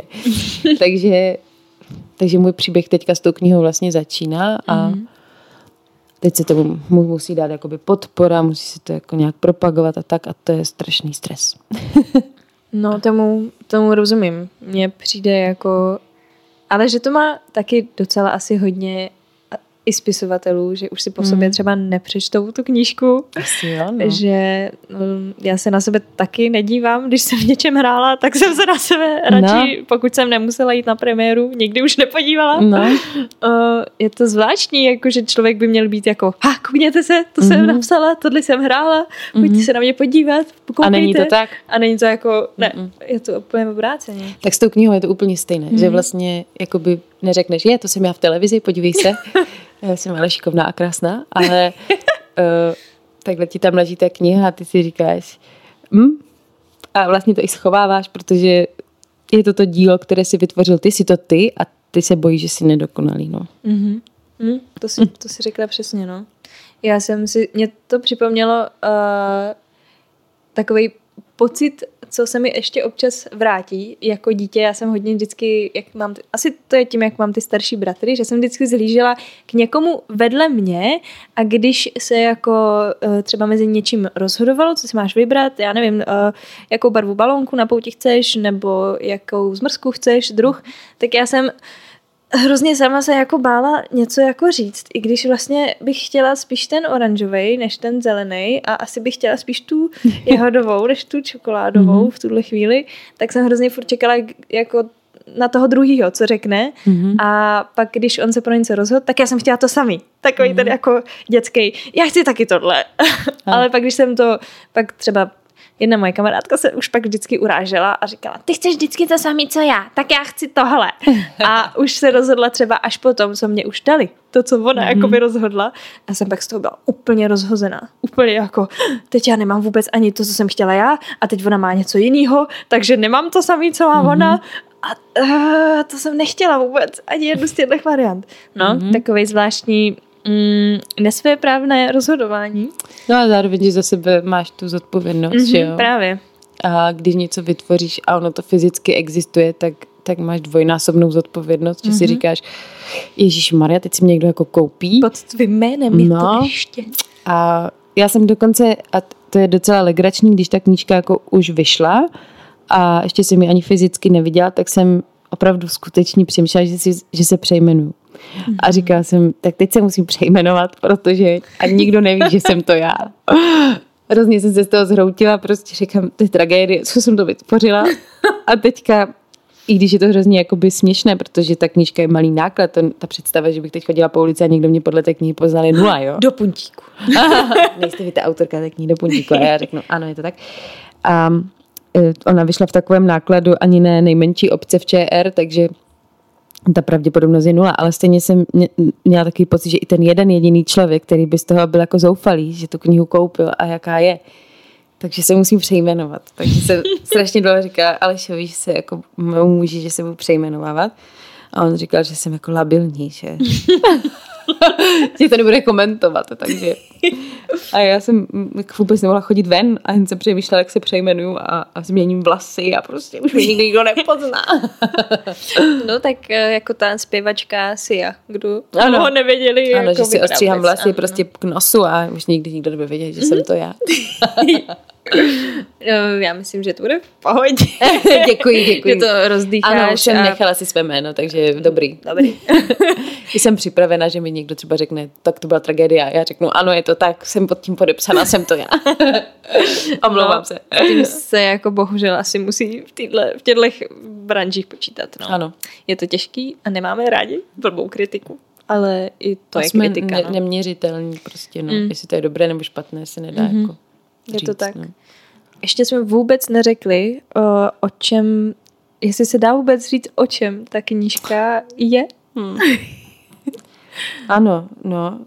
[SPEAKER 2] Takže můj příběh teďka s tou knihou vlastně začíná a teď se tomu musí dát jakoby podpora, musí se to jako nějak propagovat a tak a to je strašný stres.
[SPEAKER 1] No tomu rozumím. Mně přijde jako, ale že to má taky docela asi hodně i spisovatelů, že už si po sobě třeba nepřečtou tu knížku.
[SPEAKER 2] Asi jo, no.
[SPEAKER 1] Že já se na sebe taky nedívám, když jsem v něčem hrála, tak jsem se na sebe radši, pokud jsem nemusela jít na premiéru, nikdy už nepodívala. No. Je to zvláštní, jako že člověk by měl být jako, koukněte se, to jsem napsala, tohle jsem hrála, pojďte se na mě podívat, pokoukejte.
[SPEAKER 2] A není to tak?
[SPEAKER 1] A není to jako, ne, je to úplně obráceně.
[SPEAKER 2] Tak s tou knihou je to úplně stejné, že vlastně jakoby neřekneš, to jsem já v televizi, podívej se. Já jsem ale šikovná a krásná, ale takhle ti tam leží ta kniha a ty si říkáš a vlastně to i schováváš, protože je to dílo, které si vytvořil ty, jsi to ty a ty se bojíš, že jsi nedokonalý, no.
[SPEAKER 1] To si řekla přesně, no. Mě to připomnělo takovej pocit, co se mi ještě občas vrátí jako dítě. Já jsem hodně vždycky, asi to je tím, jak mám ty starší bratry, že jsem vždycky zhlížela k někomu vedle mě a když se jako třeba mezi něčím rozhodovalo, co si máš vybrat, já nevím, jakou barvu balónku na pouti chceš, nebo jakou zmrzku chceš, druh, tak já jsem hrozně sama se jako bála něco jako říct, i když vlastně bych chtěla spíš ten oranžovej, než ten zelený a asi bych chtěla spíš tu jahodovou, než tu čokoládovou v tuhle chvíli, tak jsem hrozně furt čekala jako na toho druhýho, co řekne a pak, když on se pro něco rozhodl, tak já jsem chtěla to samý. Takový ten jako dětský, já chci taky tohle. Ale pak, když jsem to, pak třeba jedna moje kamarádka se už pak vždycky urážela a říkala, ty chceš vždycky to samý, co já, tak já chci tohle. A už se rozhodla třeba až potom, co mě už dali. To, co ona jakoby rozhodla. A jsem pak z toho byla úplně rozhozená. Úplně jako, teď já nemám vůbec ani to, co jsem chtěla já a teď ona má něco jiného, takže nemám to samý, co má ona. A to jsem nechtěla vůbec, ani jednu z těchto variant. No, takovej zvláštní nesvéprávné rozhodování.
[SPEAKER 2] No a zároveň, že za sebe máš tu zodpovědnost, že jo?
[SPEAKER 1] Právě.
[SPEAKER 2] A když něco vytvoříš a ono to fyzicky existuje, tak máš dvojnásobnou zodpovědnost, že si říkáš, Ježišmarja, teď si mě někdo jako koupí.
[SPEAKER 1] Pod tvým jménem je to ještě.
[SPEAKER 2] A já jsem dokonce, a to je docela legrační, když ta knížka jako už vyšla a ještě jsem ji ani fyzicky neviděla, tak jsem opravdu skutečně přemýšlela, že se přejmenuju. A říkala jsem, tak teď se musím přejmenovat, protože a nikdo neví, že jsem to já. Hrozně jsem se z toho zhroutila, prostě říkám, to je tragédie, co jsem to vytvořila. A teďka, i když je to hrozně jakoby směšné, protože ta knížka je malý náklad, ta představa, že bych teď chodila po ulici a někdo mě podle té knihy poznal, je 0, jo?
[SPEAKER 1] Do puntíku.
[SPEAKER 2] Nejste vy ta autorka té knihy do puntíku. A já řeknu, ano, je to tak. A ona vyšla v takovém nákladu ani ne nejmenší obce v ČR, takže ta pravděpodobnost je 0, ale stejně jsem měla takový pocit, že i ten jeden jediný člověk, který by z toho byl jako zoufalý, že tu knihu koupil a jaká je, takže se musím přejmenovat. Takže jsem strašně dlouho říkala Alešovi, že se jako muži, že se budu přejmenovávat. A on říkal, že jsem jako labilní, že že to nebude komentovat, takže. A já jsem vůbec nemohla chodit ven a jen jsem přemýšlela, jak se přejmenuju a změním vlasy a prostě už mě nikdo nepozná.
[SPEAKER 1] No tak jako ta zpěvačka Sia, kdo ho nevěděli.
[SPEAKER 2] Ano,
[SPEAKER 1] jako
[SPEAKER 2] že si ostříhám vlasy prostě k nosu a už nikdy nikdo nebude vědět, že jsem to já.
[SPEAKER 1] No, já myslím, že to bude v pohodě.
[SPEAKER 2] Děkuji.
[SPEAKER 1] Že to rozdýcháš.
[SPEAKER 2] Ano, už jsem nechala si své jméno, takže dobrý. Jsem připravena, že mi někdo třeba řekne, tak to byla tragédie a já řeknu, ano, je to tak, jsem pod tím podepsaná, jsem to já. Omlouvám se.
[SPEAKER 1] Tím se jako bohužel asi musí v těchto branžích počítat. No.
[SPEAKER 2] Ano.
[SPEAKER 1] Je to těžký a nemáme rádi blbou kritiku. Ale i to je
[SPEAKER 2] jsme
[SPEAKER 1] kritika.
[SPEAKER 2] Neměřitelný prostě, no. Jestli to je dobré nebo špatné, se nedá jako
[SPEAKER 1] říct. Je to tak.
[SPEAKER 2] No. Ještě
[SPEAKER 1] jsme vůbec neřekli, o čem, jestli se dá vůbec říct, o čem ta knížka je.
[SPEAKER 2] Ano, no.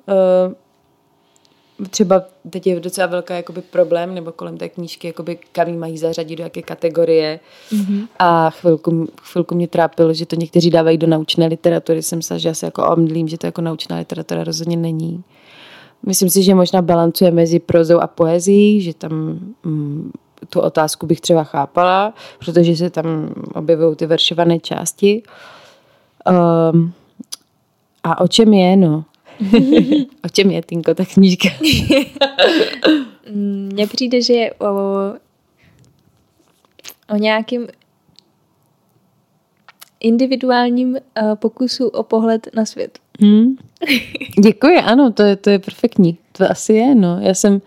[SPEAKER 2] Třeba teď je docela velká jakoby problém, nebo kolem té knížky, jakoby, kam ji mají zařadit, do jaké kategorie. A chvilku mě trápilo, že to někteří dávají do naučné literatury. Jsem se, že já se jako omdlím, že to jako naučná literatura rozhodně není. Myslím si, že možná balancuje mezi prozou a poezií, že tam tu otázku bych třeba chápala, protože se tam objevují ty veršované části. A o čem je, no? O čem je, Tinko, ta knížka?
[SPEAKER 1] Mně přijde, že je o nějakým individuálním pokusu o pohled na svět.
[SPEAKER 2] Děkuji, ano, to je perfektní. To asi je, no. Já jsem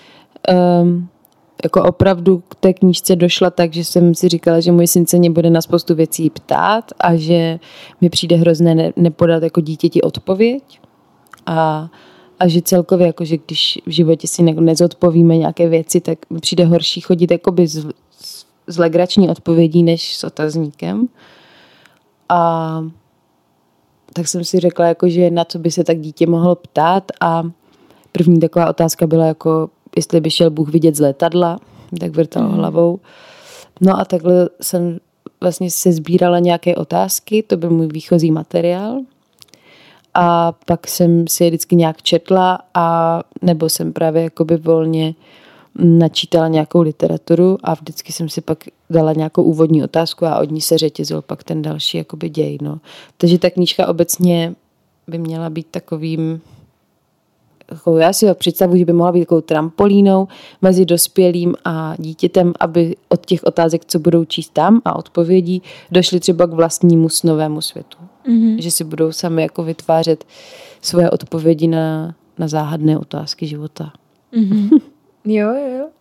[SPEAKER 2] jako opravdu k té knížce došla tak, že jsem si říkala, že můj syn se mě bude na spoustu věcí ptát a že mi přijde hrozné nepodat jako dítěti odpověď a že celkově, jako, že když v životě si nezodpovíme nějaké věci, tak mi přijde horší chodit jakoby s legrační odpovědí, než s otazníkem. A tak jsem si řekla, jako, že na co by se tak dítě mohlo ptát a první taková otázka byla jako, jestli by šel Bůh vidět z letadla, tak vrtal hlavou. No a takhle jsem vlastně se sbírala nějaké otázky, to byl můj výchozí materiál a pak jsem si je vždycky nějak četla a nebo jsem právě jakoby volně načítala nějakou literaturu a vždycky jsem si pak dala nějakou úvodní otázku a od ní se řetězil pak ten další jakoby děj. No. Takže ta knížka obecně by měla být takovým, jako já si ho představuji, že by mohla být takovou trampolínou mezi dospělým a dítětem, aby od těch otázek, co budou číst tam a odpovědí, došli třeba k vlastnímu snovému světu. Že si budou sami jako vytvářet svoje odpovědi na záhadné otázky života.
[SPEAKER 1] Jo.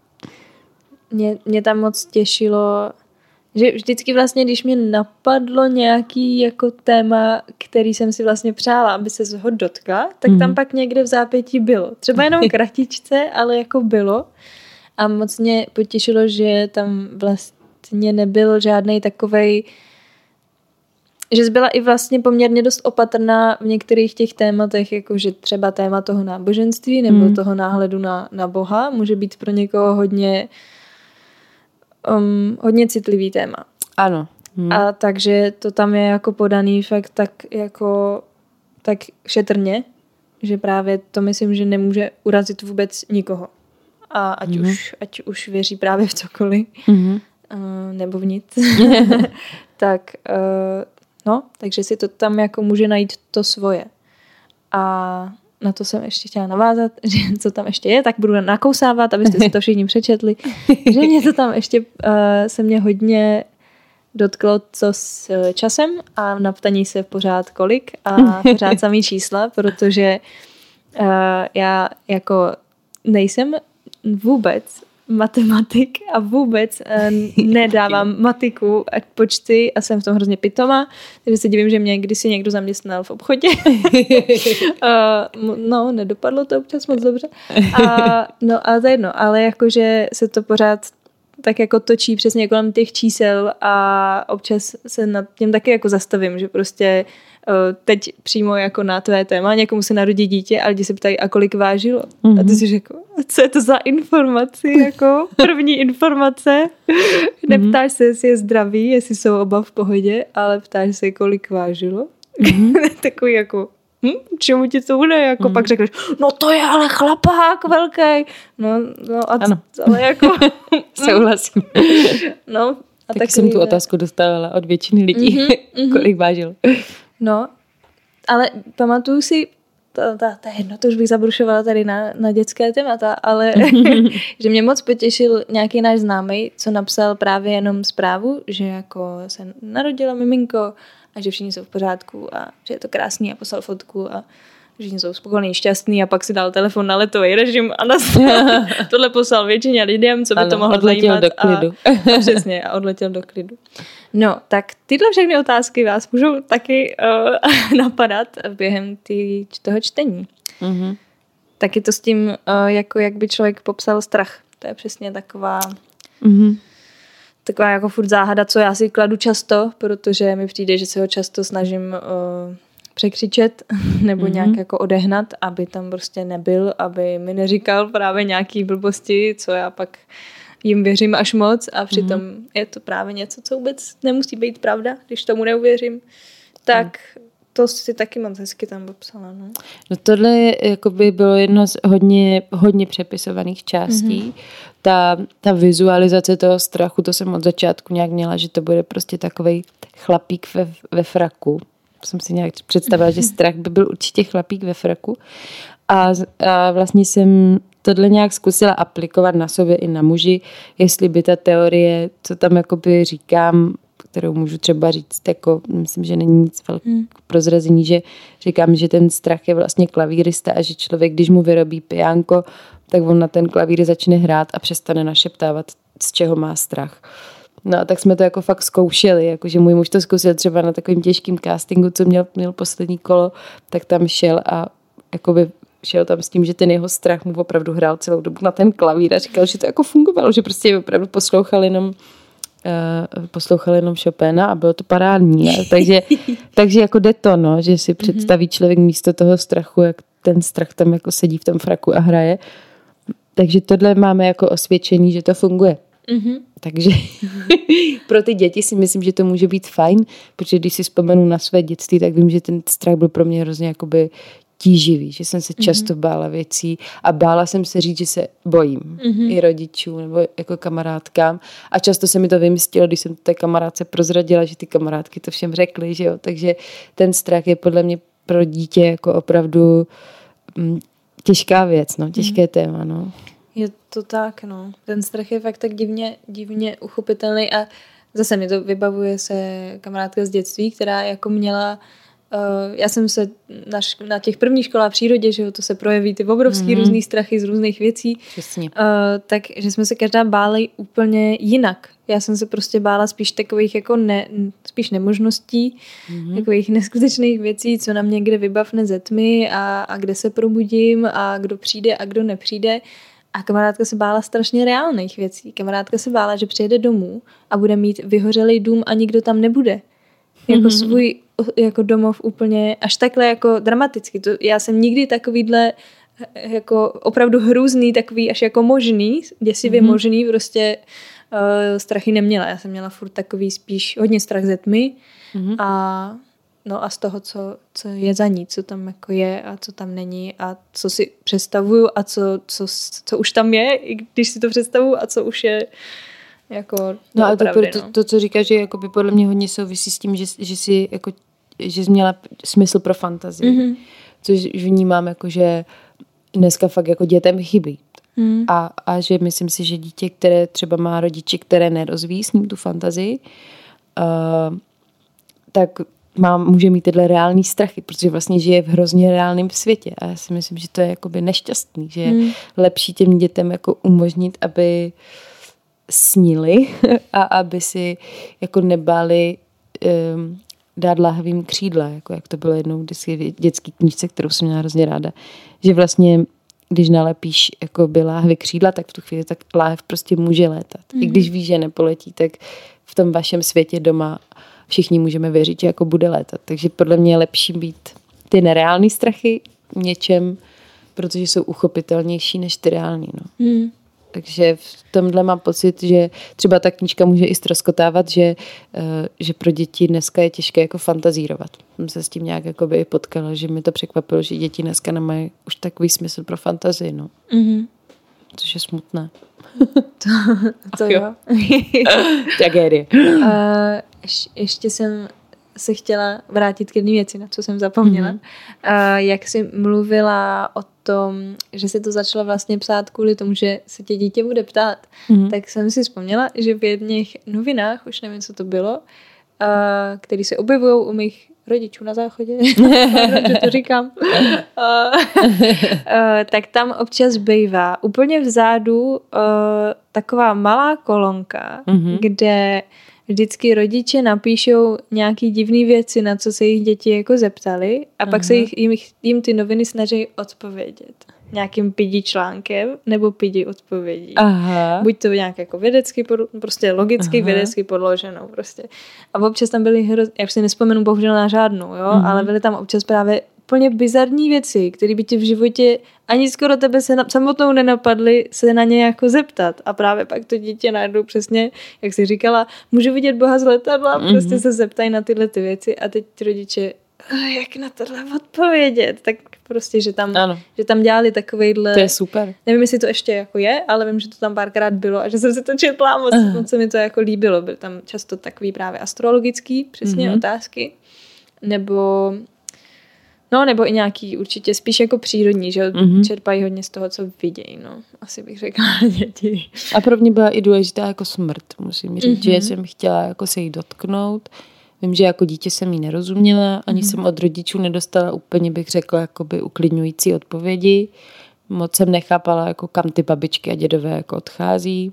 [SPEAKER 1] Mě tam moc těšilo, že vždycky vlastně, když mě napadlo nějaký jako téma, který jsem si vlastně přála, aby se ho dotkla, tak tam pak někde v zápětí bylo. Třeba jenom kratičce, ale jako bylo. a moc mě potěšilo, že tam vlastně nebyl žádnej takovej, že jsi byla i vlastně poměrně dost opatrná v některých těch tématech, jakože třeba téma toho náboženství nebo toho náhledu na Boha může být pro někoho hodně citlivý téma.
[SPEAKER 2] Ano.
[SPEAKER 1] A takže to tam je jako podaný fakt tak šetrně, že právě to myslím, že nemůže urazit vůbec nikoho. A ať už věří právě v cokoliv, nebo v nic. Tak takže si to tam jako může najít to svoje. A na to jsem ještě chtěla navázat, že co tam ještě je, tak budu nakousávat, abyste si to všichni přečetli. Že mě to tam ještě se mě hodně dotklo, co s časem a na ptaní se pořád kolik a pořád samý čísla, protože já jako nejsem vůbec matematik a vůbec nedávám matiku a počty a jsem v tom hrozně pitomá, takže se divím, že mě kdysi někdo zaměstnal v obchodě. Nedopadlo to občas moc dobře. A to je jedno, ale jakože se to pořád tak jako točí přesně kolem těch čísel a občas se nad tím taky jako zastavím, že prostě teď přímo jako na tvé téma, někomu se narodí dítě a lidi se ptají, a kolik vážilo? A ty si řekl, co je to za informaci, jako první informace. Neptáš se, jestli je zdravý, jestli jsou oba v pohodě, ale ptáš se, kolik vážilo. Takový jako, čemu ti to bude? Jako pak řekneš, no to je ale chlapák velký. Ale jako...
[SPEAKER 2] Souhlasím.
[SPEAKER 1] A
[SPEAKER 2] taky jsem tu otázku dostávala od většiny lidí, kolik vážil.
[SPEAKER 1] No, ale pamatuju si, to je jedno, to už bych zabrušovala tady na dětské témata, ale že mě moc potěšil nějaký náš známej, co napsal právě jenom zprávu, že jako se narodilo miminko a že všichni jsou v pořádku a že je to krásný a poslal fotku a všichni jsou spokojení, šťastný a pak si dal telefon na letový režim a tohle poslal většině lidem, co by to mohlo zajímat.
[SPEAKER 2] Do klidu.
[SPEAKER 1] A přesně, a odletěl do klidu. No, tak tyhle všechny otázky vás můžou taky napadat během toho čtení. Taky to s tím, jak by člověk popsal strach. To je přesně taková jako furt záhada, co já si kladu často, protože mi přijde, že se ho často snažím překřičet nebo nějak jako odehnat, aby tam prostě nebyl, aby mi neříkal právě nějaký blbosti, co já pak jim věřím až moc a přitom je to právě něco, co vůbec nemusí být pravda, když tomu neuvěřím. Tak to si taky moc hezky tam popsala.
[SPEAKER 2] No tohle jakoby bylo jedno z hodně přepisovaných částí. Ta vizualizace toho strachu, to jsem od začátku nějak měla, že to bude prostě takovej chlapík ve fraku. Jsem si nějak představila, že strach by byl určitě chlapík ve fraku. A vlastně jsem tohle nějak zkusila aplikovat na sobě i na muži, jestli by ta teorie, co tam jakoby říkám, kterou můžu třeba říct, jako myslím, že není nic velkého prozrazení, že říkám, že ten strach je vlastně klavírista a že člověk, když mu vyrobí pijánko, tak on na ten klavír začne hrát a přestane našeptávat, z čeho má strach. No a tak jsme to jako fakt zkoušeli, jakože můj muž to zkusil třeba na takovým těžkým castingu, co měl poslední kolo, tak tam šel a jakoby šel tam s tím, že ten jeho strach mu opravdu hrál celou dobu na ten klavír a říkal, že to jako fungovalo, že prostě opravdu poslouchal jenom Chopina a bylo to parádní. Takže jako jde to, no, že si představí člověk místo toho strachu, jak ten strach tam jako sedí v tom fraku a hraje. Takže tohle máme jako osvědčení, že to funguje. Takže pro ty děti si myslím, že to může být fajn, protože když si vzpomenu na své dětství, tak vím, že ten strach byl pro mě hrozně jakoby tíživý, že jsem se často bála věcí a bála jsem se říct, že se bojím i rodičů nebo jako kamarádkám a často se mi to vymstilo, když jsem té kamarádce prozradila, že ty kamarádky to všem řekly, že jo, takže ten strach je podle mě pro dítě jako opravdu těžká věc, no, těžké téma, no.
[SPEAKER 1] Je to tak, no. Ten strach je fakt tak divně uchopitelný a zase mi to vybavuje se kamarádka z dětství, která jako měla já jsem se na těch prvních školách v přírodě, že jo, to se projeví ty obrovský různý strachy z různých věcí.
[SPEAKER 2] Přesně.
[SPEAKER 1] Takže jsme se každá báli úplně jinak. Já jsem se prostě bála spíš takových jako spíš nemožností, takových neskutečných věcí, co na mě kde vybavne ze tmy a kde se probudím a kdo přijde a kdo nepřijde. A kamarádka se bála strašně reálných věcí. Kamarádka se bála, že přijede domů a bude mít vyhořelý dům a nikdo tam nebude. Jako svůj jako domov úplně až takhle jako dramaticky. Já jsem nikdy takovýhle jako opravdu hrůzný, takový až jako možný, děsivě možný, prostě strachy neměla. Já jsem měla furt takový spíš hodně strach ze tmy a z toho, co je za ní, co tam jako je a co tam není a co si představuju a co už tam je, i když si to představuju a co už je jako
[SPEAKER 2] a to, co říkáš, že jako by podle mě hodně souvisí s tím, že jsi jako, že jsi měla smysl pro fantazii. Což vnímám jako, že dneska fakt jako dětem chybí. A že myslím si, že dítě, které třeba má rodiče, které nerozvíjí s ním tu fantazii, tak může mít tyhle reální strachy, protože vlastně žije v hrozně reálném světě. A já si myslím, že to je jakoby nešťastný, že je lepší těm dětem jako umožnit, aby snili a aby si jako nebáli dát láhvým křídla, jako jak to bylo jednou vždycky v dětské knížce, kterou jsem měla hrozně ráda. Že vlastně, když nalepíš jakoby láhvy křídla, tak v tu chvíli tak láhev prostě může létat. I když víš, že nepoletí, tak v tom vašem světě doma všichni můžeme věřit, že jako bude létat. Takže podle mě je lepší být ty nereální strachy něčem, protože jsou uchopitelnější než ty reální. No. Takže v tomhle mám pocit, že třeba ta knížka může i ztroskotávat, že pro děti dneska je těžké jako fantazírovat. Jsem se s tím nějak jakoby potkala, že mi to překvapilo, že děti dneska nemají už takový smysl pro fantazii. No. Což je smutné.
[SPEAKER 1] To jo.
[SPEAKER 2] Tragédie.
[SPEAKER 1] Ještě jsem se chtěla vrátit k jedné věci, na co jsem zapomněla. Jak jsi mluvila o tom, že se to začalo vlastně psát kvůli tomu, že se tě dítě bude ptát, tak jsem si vzpomněla, že v jedných novinách, už nevím, co to bylo, který se objevují u mých rodičů na záchodě, že to říkám, tak tam občas bývá úplně vzadu taková malá kolonka, kde vždycky rodiče napíšou nějaký divný věci, na co se jich děti jako zeptali a pak se jim ty noviny snaží odpovědět nějakým pidi článkem nebo pidi odpovědí. Buď to nějak jako vědecky, prostě logicky vědecky podloženou prostě. A občas tam byly já už si nespomenu bohužel na žádnou, jo, ale byly tam občas právě úplně bizarní věci, které by ti v životě ani skoro tebe se samotnou nenapadly se na ně jako zeptat. A právě pak to dítě najednou přesně, jak jsi říkala, můžu vidět Boha z letadla, prostě se zeptají na tyhle ty věci a teď ti rodiče, jak na tohle odpovědět, tak prostě, že tam dělali takovejhle.
[SPEAKER 2] To je super.
[SPEAKER 1] Nevím, jestli to ještě jako je, ale vím, že to tam párkrát bylo a že jsem si to četla moc se mi to jako líbilo. Byly tam často takový právě astrologický přesně otázky. Nebo i nějaký určitě spíš jako přírodní, že čerpají hodně z toho, co vidějí, no. Asi bych řekla děti.
[SPEAKER 2] A pro mě byla i důležitá jako smrt, musím říct, že jsem chtěla jako se jí dotknout. Vím, že jako dítě jsem jí nerozuměla, ani jsem od rodičů nedostala úplně, bych řekla, jakoby uklidňující odpovědi. Moc jsem nechápala, jako kam ty babičky a dědové jako odchází.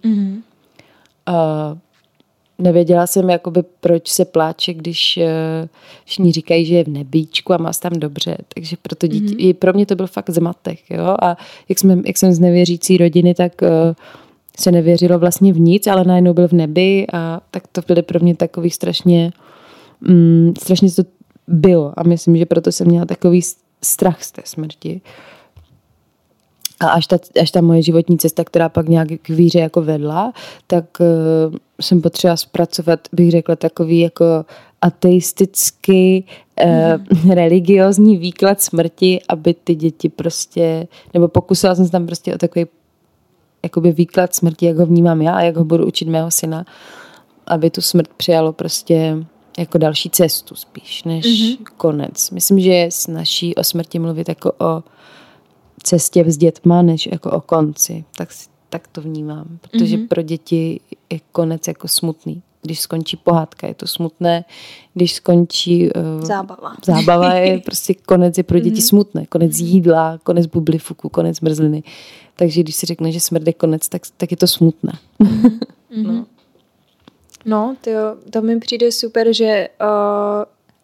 [SPEAKER 2] Nevěděla jsem, jakoby, proč se pláče, když všichni říkají, že je v nebíčku a má se tam dobře. Takže proto dítě, pro mě to byl fakt zmatek. Jo? A jak jsem z nevěřící rodiny, tak se nevěřilo vlastně v nic, ale najednou byl v nebi a tak to byly pro mě takový strašně to bylo. A myslím, že proto jsem měla takový strach z té smrti. A až ta moje životní cesta, která pak nějak k víře jako vedla, tak jsem potřeba zpracovat, bych řekla, takový jako ateistický, religiózní výklad smrti, aby ty děti prostě, nebo pokusila jsem se tam prostě o takový jakoby výklad smrti, jak ho vnímám já a jak ho budu učit mého syna, aby tu smrt přijalo prostě jako další cestu spíš, než konec. Myslím, že je snazší o smrti mluvit jako o cestě s dětma, než jako o konci. Tak to vnímám. Protože pro děti je konec jako smutný. Když skončí pohádka, je to smutné. Když skončí zábava je prostě konec je pro děti smutné. Konec jídla, konec bublifuku, konec mrzliny. Takže když si řekne, že smrt je konec, tak je to smutné.
[SPEAKER 1] No, to mi přijde super, že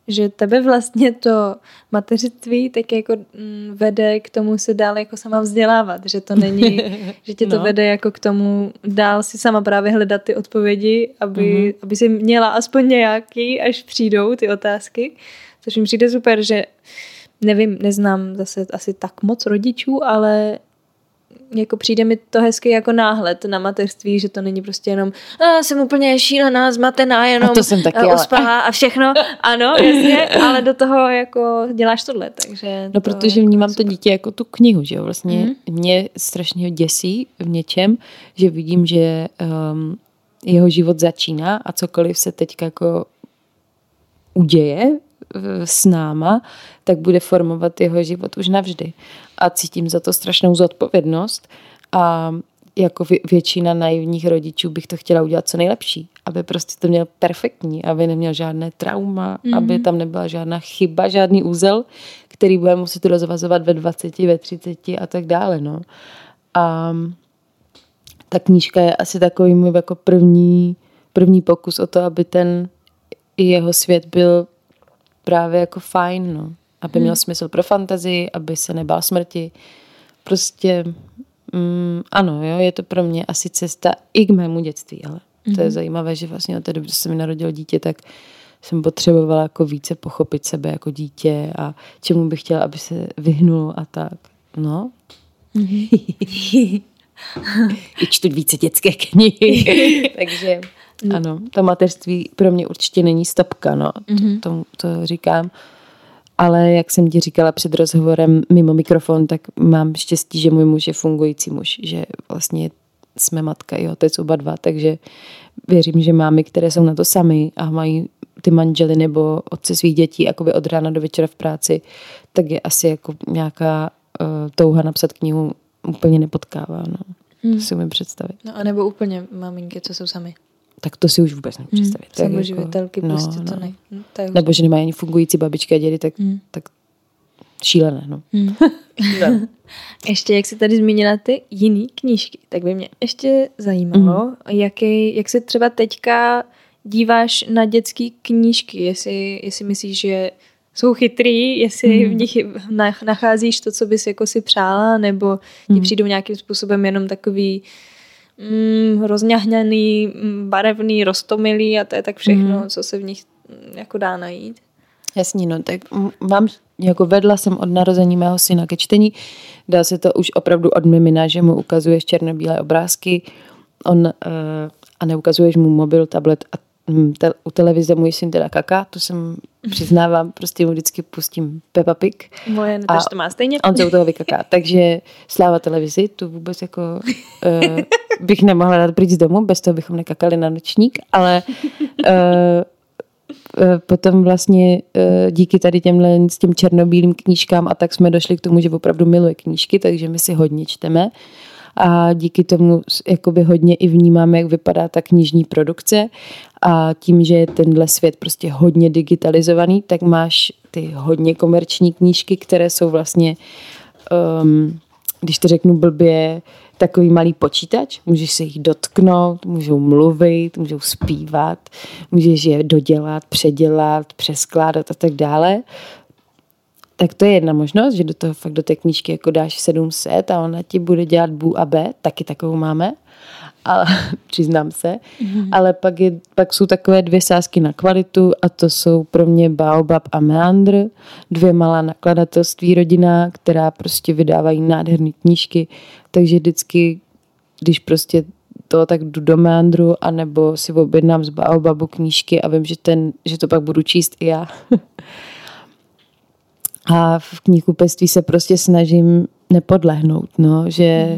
[SPEAKER 1] že tebe vlastně to mateřství tak jako vede k tomu se dál jako sama vzdělávat, že to není, že tě to vede jako k tomu dál si sama právě hledat ty odpovědi, aby si měla aspoň nějaký, až přijdou ty otázky, což mi přijde super, že nevím, neznám zase asi tak moc rodičů, ale jako přijde mi to hezky jako náhled na mateřství, že to není prostě jenom jsem úplně šílená, zmatená, jenom
[SPEAKER 2] a to jsem taky,
[SPEAKER 1] uspala a všechno. Ano, jasně, ale do toho jako děláš tohle, takže...
[SPEAKER 2] No, protože vnímám to dítě jako tu knihu, že jo, vlastně mě strašně děsí v něčem, že vidím, že jeho život začíná a cokoliv se teďka jako uděje s náma, tak bude formovat jeho život už navždy. A cítím za to strašnou zodpovědnost a jako většina naivních rodičů bych to chtěla udělat co nejlepší, aby prostě to měl perfektní, aby neměl žádné trauma, aby tam nebyla žádná chyba, žádný úzel, který bude muset rozvazovat ve 20, ve 30 a tak dále. No. A ta knížka je asi takový můj jako první pokus o to, aby ten jeho svět byl právě jako fajn, no. Aby měl smysl pro fantazii, aby se nebál smrti. Prostě ano, jo, je to pro mě asi cesta i k mému dětství, ale to je zajímavé, že vlastně od té doby, že se mi narodilo dítě, tak jsem potřebovala jako více pochopit sebe jako dítě a čemu bych chtěla, aby se vyhnul a tak. No. I čtu více dětské knihy. Takže ano, to mateřství pro mě určitě není stopka, no. To říkám. Ale jak jsem ti říkala před rozhovorem mimo mikrofon, tak mám štěstí, že můj muž je fungující muž, že vlastně jsme matka i otec oba dva, takže věřím, že mámy, které jsou na to samy a mají ty manžely nebo otce svých dětí jakoby od rána do večera v práci, tak je asi jako nějaká touha napsat knihu úplně nepotkává. No. To si umím představit.
[SPEAKER 1] No a nebo úplně maminky, co jsou sami.
[SPEAKER 2] Tak to si už vůbec nemůžu představit.
[SPEAKER 1] Samoživitelky, jako, prostě to ne.
[SPEAKER 2] Nebo že nemají ani fungující babičky a dědy, tak šílené. No.
[SPEAKER 1] Ještě, jak jsi tady zmínila ty jiný knížky, tak by mě ještě zajímalo, jak se třeba teďka díváš na dětské knížky, jestli myslíš, že jsou chytrý, jestli v nich nacházíš to, co bys jako si přála, nebo ti přijdou nějakým způsobem jenom takový rozňahňaný, barevný, roztomilý a to je tak všechno, co se v nich jako dá najít.
[SPEAKER 2] Jasně, no, tak vedla jsem od narození mého syna ke čtení, dá se to už opravdu od mimina, že mu ukazuješ černobílé obrázky, a neukazuješ mu mobil, tablet a u televize můj syn teda kaká, to jsem přiznávám, prostě mu vždycky pustím Peppa Pig.
[SPEAKER 1] Moje než to má stejně.
[SPEAKER 2] On se u toho vykaká, takže sláva televizi, tu vůbec jako bych nemohla dát pryč z domu, bez toho bychom nekakali na nočník, ale potom vlastně díky tady s těm černobílým knížkám a tak jsme došli k tomu, že opravdu miluje knížky, takže my si hodně čteme. A díky tomu jakoby hodně i vnímáme, jak vypadá ta knižní produkce a tím, že je tenhle svět prostě hodně digitalizovaný, tak máš ty hodně komerční knížky, které jsou vlastně, když to řeknu blbě, takový malý počítač, můžeš se jich dotknout, můžou mluvit, můžou zpívat, můžeš je dodělat, předělat, přeskládat a tak dále. Tak to je jedna možnost, že do té knížky jako dáš 700 a ona ti bude dělat bů a bé, taky takovou máme, ale přiznám se. Ale pak jsou takové 2 sázky na kvalitu a to jsou pro mě Baobab a Meandr, 2 malá nakladatelství rodinná, která prostě vydávají nádherné knížky, takže vždycky, když prostě to tak jdu do Meandru anebo si objednám z Baobabu knížky a vím, že to pak budu číst i já. A v knihkupectví se prostě snažím nepodlehnout, no, že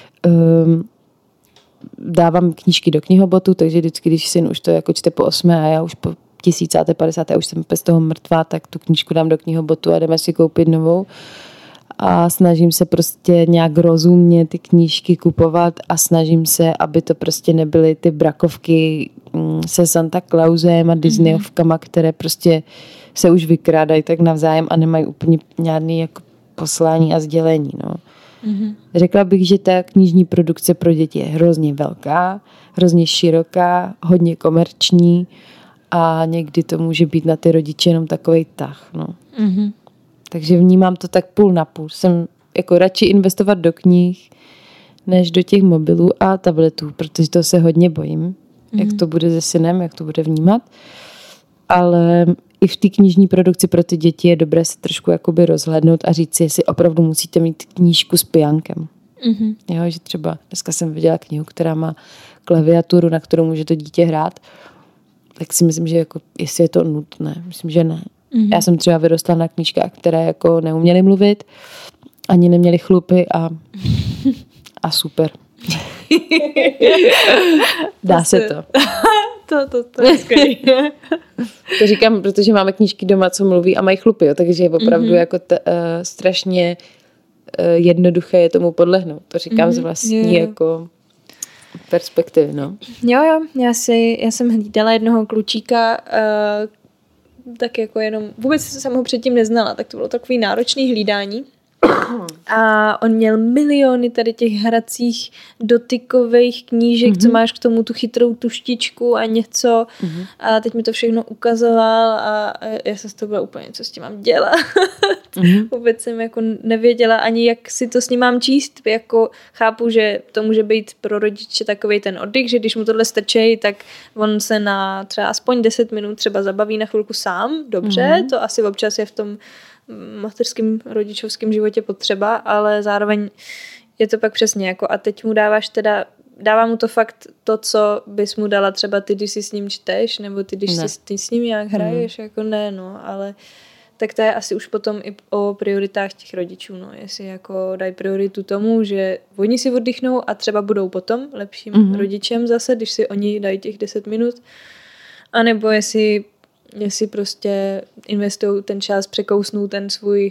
[SPEAKER 2] dávám knížky do knihobotu, takže vždycky, když syn už to jako čte po 8 a já už po 1050. já už jsem bez toho mrtvá, tak tu knížku dám do knihobotu a jdeme si koupit novou. A snažím se prostě nějak rozumně ty knížky kupovat a snažím se, aby to prostě nebyly ty brakovky se Santa Clausem a Disneyovkama, které prostě se už vykrádají tak navzájem a nemají úplně žádný jako poslání a sdělení. No. Řekla bych, že ta knižní produkce pro děti je hrozně velká, hrozně široká, hodně komerční a někdy to může být na ty rodiče jenom takovej tah, no. Takže vnímám to tak půl na půl. Jsem jako radši investovat do knih, než do těch mobilů a tabletů, protože toho se hodně bojím, jak to bude se synem, jak to bude vnímat. Ale i v té knižní produkci pro ty děti je dobré se trošku jakoby rozhlédnout a říct si, jestli opravdu musíte mít knížku s piankem. Jo, že třeba dneska jsem viděla knihu, která má klaviaturu, na kterou může to dítě hrát, tak si myslím, že jako, jestli je to nutné. Myslím, že ne. Já jsem třeba vyrostla na knížkách, které jako neuměly mluvit, ani neměly chlupy a super. Dá se to.
[SPEAKER 1] To je skvělé.
[SPEAKER 2] To říkám, protože máme knížky doma, co mluví a mají chlupy, jo, takže je opravdu jako strašně jednoduché je tomu podlehnout. To říkám z vlastní jako perspektivy, no.
[SPEAKER 1] Jo, já jsem hlídala jednoho klučíka, tak jako jenom, vůbec jsem ho předtím neznala, tak to bylo takový náročný hlídání. A on měl miliony tady těch hracích dotykových knížek, co máš k tomu tu chytrou tuštičku a něco. A teď mi to všechno ukazoval a já jsem z toho byla úplně, co s tím mám dělat. Vůbec jsem jako nevěděla ani, jak si to s ním mám číst. Jako chápu, že to může být pro rodiče takovej ten oddych, že když mu tohle strčej, tak on se na třeba aspoň 10 minut třeba zabaví na chvilku sám. Dobře, to asi občas je v tom mateřském rodičovském životě potřeba, ale zároveň je to pak přesně jako a teď mu dává mu to fakt to, co bys mu dala třeba ty, když si s ním čteš, nebo ty, když ty s ním nějak hraješ, jako ne, no, ale tak to je asi už potom i o prioritách těch rodičů, no, jestli jako dají prioritu tomu, že oni si oddychnou a třeba budou potom lepším rodičem zase, když si oni dají těch 10 minut, anebo jestli prostě investují ten čas, překousnou ten svůj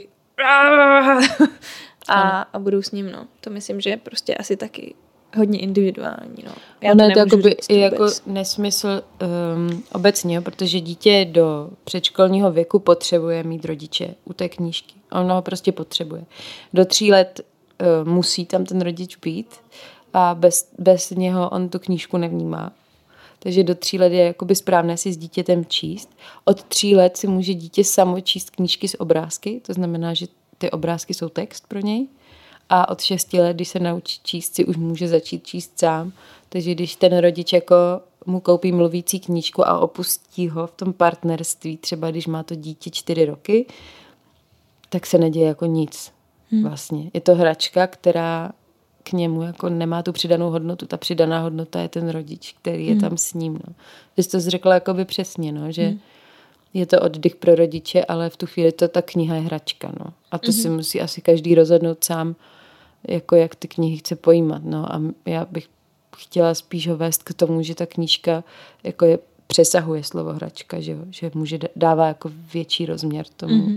[SPEAKER 1] a budou s ním, no. To myslím, že je prostě asi taky hodně individuální, no. Já
[SPEAKER 2] to jakoby i jako nesmysl obecně, protože dítě do předškolního věku potřebuje mít rodiče u té knížky. Ono ho prostě potřebuje. Do 3 let musí tam ten rodič být a bez něho on tu knížku nevnímá. Takže do 3 let je jakoby správné si s dítětem číst. Od 3 let si může dítě samo číst knížky s obrázky, to znamená, že ty obrázky jsou text pro něj. A od 6 let, když se naučí číst, si už může začít číst sám. Takže když ten rodič jako mu koupí mluvící knížku a opustí ho v tom partnerství, třeba když má to dítě 4 roky, tak se neděje jako nic vlastně. Je to hračka, která k němu jako nemá tu přidanou hodnotu. Ta přidaná hodnota je ten rodič, který je tam s ním. No. Ty jsi to řekla jakoby přesně, no, že je to oddych pro rodiče, ale v tu chvíli ta kniha je hračka. No. A to si musí asi každý rozhodnout sám, jako jak ty knihy chce pojímat. No. A já bych chtěla spíš ho vést k tomu, že ta knížka jako přesahuje slovo hračka, že dává jako větší rozměr tomu.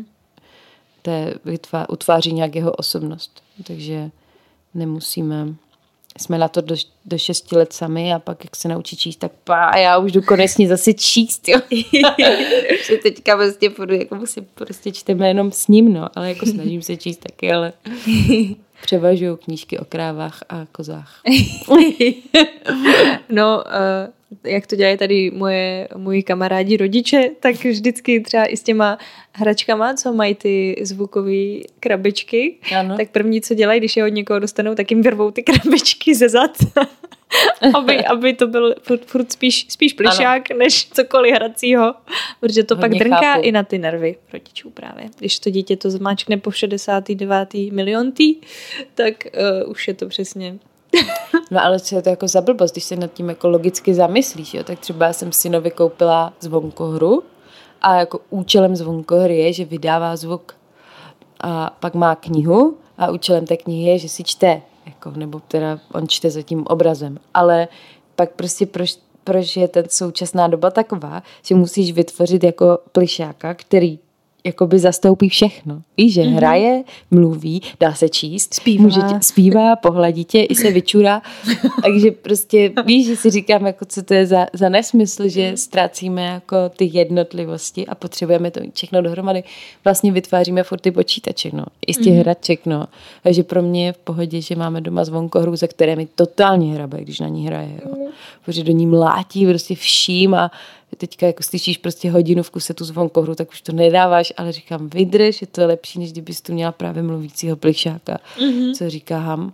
[SPEAKER 2] Utváří nějak jeho osobnost. Takže nemusíme, jsme na to do 6 let sami a pak, jak se naučí číst, tak já už jdu konečně zase číst, jo. Že teďka vlastně jako si prostě čteme jenom s ním, no, ale jako snažím se číst taky, ale převažují knížky o krávách a kozách.
[SPEAKER 1] No, jak to dělají tady moji kamarádi rodiče, tak vždycky třeba i s těma hračkama, co mají ty zvukové krabičky, ano. Tak první, co dělají, když je od někoho dostanou, tak jim vyrvou ty krabičky ze zad, aby to byl furt spíš plišák, než cokoliv hracího, protože to hodně pak drnká chápu. I na ty nervy rodičů právě. Když to dítě to zmáčkne po 69. miliontý, tak už je to přesně...
[SPEAKER 2] No ale co je to jako za blbost, když se nad tím jako logicky zamyslíš, jo? Tak třeba jsem synovi koupila zvonkohru a jako účelem zvonkohry je, že vydává zvuk a pak má knihu a účelem té knihy je, že si čte, jako, nebo teda on čte za tím obrazem, ale pak prostě proč je ten současná doba taková, že musíš vytvořit jako plišáka, který jakoby zastoupí všechno. Víš, že hraje, mluví, dá se číst, zpívá, pohladí tě, i se vyčurá. Takže prostě víš, že si říkám, jako, co to je za nesmysl, že ztrácíme jako ty jednotlivosti a potřebujeme to všechno dohromady. Vlastně vytváříme furt ty počítače, no. I z těch hraček, no. Takže pro mě je v pohodě, že máme doma zvonkohru, ze které mi totálně hrabe, když na ní hraje, jo. Protože do ní mlátí prostě vším a teďka jako slyšíš prostě hodinu v kuse tu zvonkohru, tak už to nedáváš, ale říkám, vydrž, je to lepší, než kdybys tu měla právě mluvícího plišáka, co říká Ham.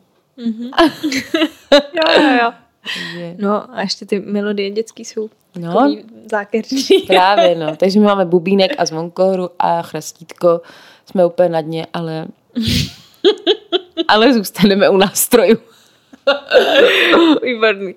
[SPEAKER 1] Jo. No a ještě ty melodie dětský jsou takový zákeřný.
[SPEAKER 2] Právě, no. Takže my máme bubínek a zvonkohru a chrastítko. Jsme úplně na dně, ale zůstaneme u nástrojů.
[SPEAKER 1] Výborný.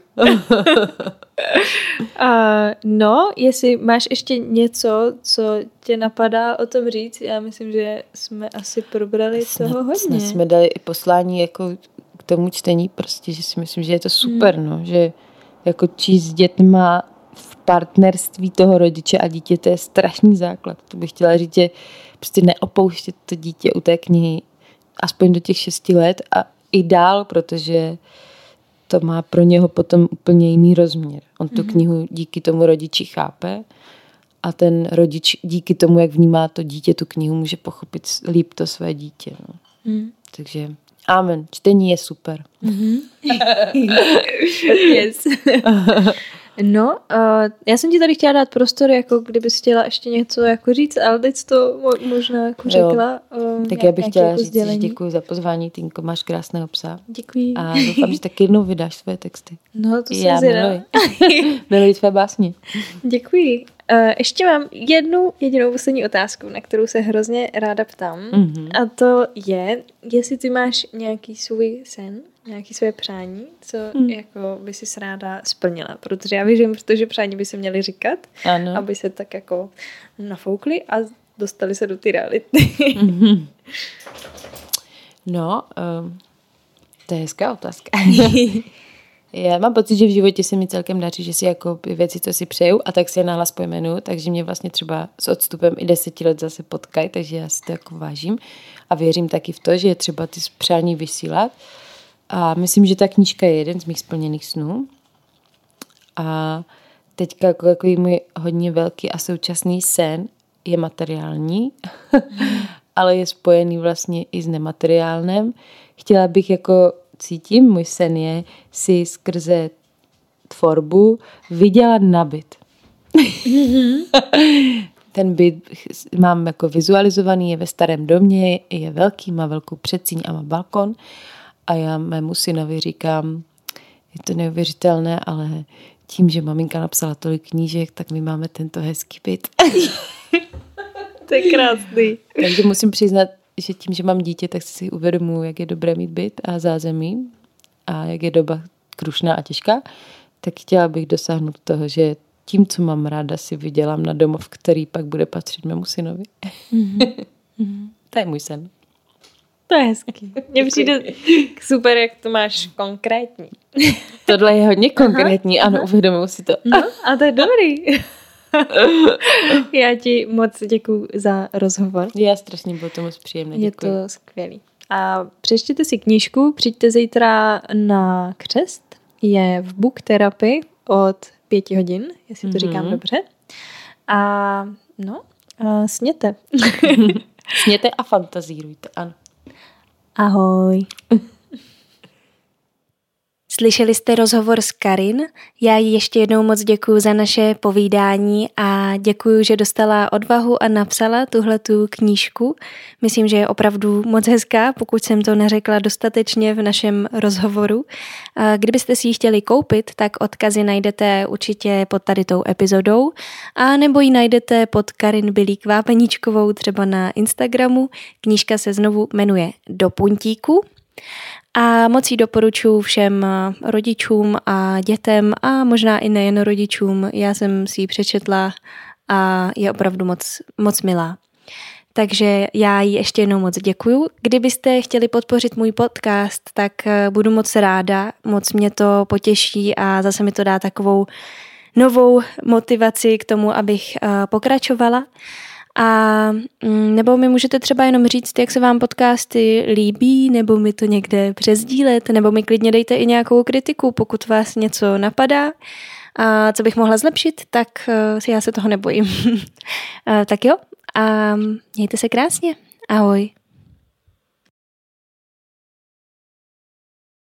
[SPEAKER 1] No, jestli máš ještě něco, co tě napadá o tom říct, já myslím, že jsme asi probrali toho hodně.
[SPEAKER 2] Jsme dali i poslání jako k tomu čtení, prostě, že si myslím, že je to super, no, že jako číst s dětma v partnerství toho rodiče a dítě, to je strašný základ. To bych chtěla říct, že prostě neopouštět to dítě u té knihy aspoň do těch 6 let a i dál, protože to má pro něho potom úplně jiný rozměr. On tu knihu díky tomu rodiči chápe a ten rodič díky tomu, jak vnímá to dítě, tu knihu může pochopit líp to své dítě. No. Takže amen. Čtení je super.
[SPEAKER 1] Yes. No, já jsem ti tady chtěla dát prostor, jako kdybys chtěla ještě něco jako říct, ale teď to možná jako řekla.
[SPEAKER 2] Tak já bych chtěla říct, že děkuji za pozvání, Týnko, máš krásného psa.
[SPEAKER 1] Děkuji.
[SPEAKER 2] A doufám, že taky jednou vydáš své texty.
[SPEAKER 1] No, to jsem zvědavá.
[SPEAKER 2] Miluji tvé básně.
[SPEAKER 1] Děkuji. Ještě mám jednu jedinou poslední otázku, na kterou se hrozně ráda ptám. A to je, jestli ty máš nějaký svůj sen, nějaké své přání, co jako by si ráda splnila. Protože já věřím, protože přání by se měly říkat, aby se tak jako nafoukli a dostali se do ty reality.
[SPEAKER 2] No, to je hezká otázka. Já mám pocit, že v životě se mi celkem daří, že si jako věci, co si přeju, a tak si je nahlas pojmenuju, takže mě vlastně třeba s odstupem i 10 let zase potkají, takže já si to jako vážím a věřím taky v to, že je třeba ty přání vysílat. A myslím, že ta knížka je jeden z mých splněných snů. A teďka jako můj hodně velký a současný sen je materiální, ale je spojený vlastně i s nemateriálnem. Chtěla bych jako cítím, můj sen je si skrze tvorbu vydělat na byt. Ten byt mám jako vizualizovaný, je ve starém domě, je velký, má velkou předsíň a má balkon. A já mému synovi říkám, je to neuvěřitelné, ale tím, že maminka napsala tolik knížek, tak my máme tento hezký byt.
[SPEAKER 1] To je krásný.
[SPEAKER 2] Takže musím přiznat, že tím, že mám dítě, tak si uvědomuji, jak je dobré mít byt a zázemí a jak je doba krušná a těžká, tak chtěla bych dosáhnout toho, že tím, co mám ráda, si vydělám na domov, který pak bude patřit mému synovi. To je můj sen.
[SPEAKER 1] To je hezký. Mně přijde super, jak to máš konkrétní.
[SPEAKER 2] Tohle je hodně konkrétní, ano, uvědomuji si to.
[SPEAKER 1] No, a to je dobrý. Já ti moc děkuju za rozhovor.
[SPEAKER 2] Já strašně bylo to moc příjemné. Děkuji.
[SPEAKER 1] Je to skvělý. A přečtěte si knížku, přijďte zítra na křest. Je v Book Therapy od 5 hodin, jestli to říkám dobře. A sněte.
[SPEAKER 2] Sněte a fantazírujte, ano.
[SPEAKER 1] Ahoj. Slyšeli jste rozhovor s Karin? Já jí ještě jednou moc děkuju za naše povídání a děkuju, že dostala odvahu a napsala tuhletu knížku. Myslím, že je opravdu moc hezká, pokud jsem to neřekla dostatečně v našem rozhovoru. Kdybyste si ji chtěli koupit, tak odkazy najdete určitě pod tady tou epizodou a nebo ji najdete pod Karin Bilík Vápeničkovou třeba na Instagramu. Knížka se znovu jmenuje Do puntíku. A moc ji doporučuji všem rodičům a dětem a možná i nejen rodičům. Já jsem si ji přečetla a je opravdu moc milá. Takže já jí ještě jednou moc děkuju. Kdybyste chtěli podpořit můj podcast, tak budu moc ráda, moc mě to potěší a zase mi to dá takovou novou motivaci k tomu, abych pokračovala. A nebo mi můžete třeba jenom říct, jak se vám podcasty líbí, nebo mi to někde přesdílet, nebo mi klidně dejte i nějakou kritiku, pokud vás něco napadá a co bych mohla zlepšit, tak já se toho nebojím. Tak jo, a mějte se krásně. Ahoj.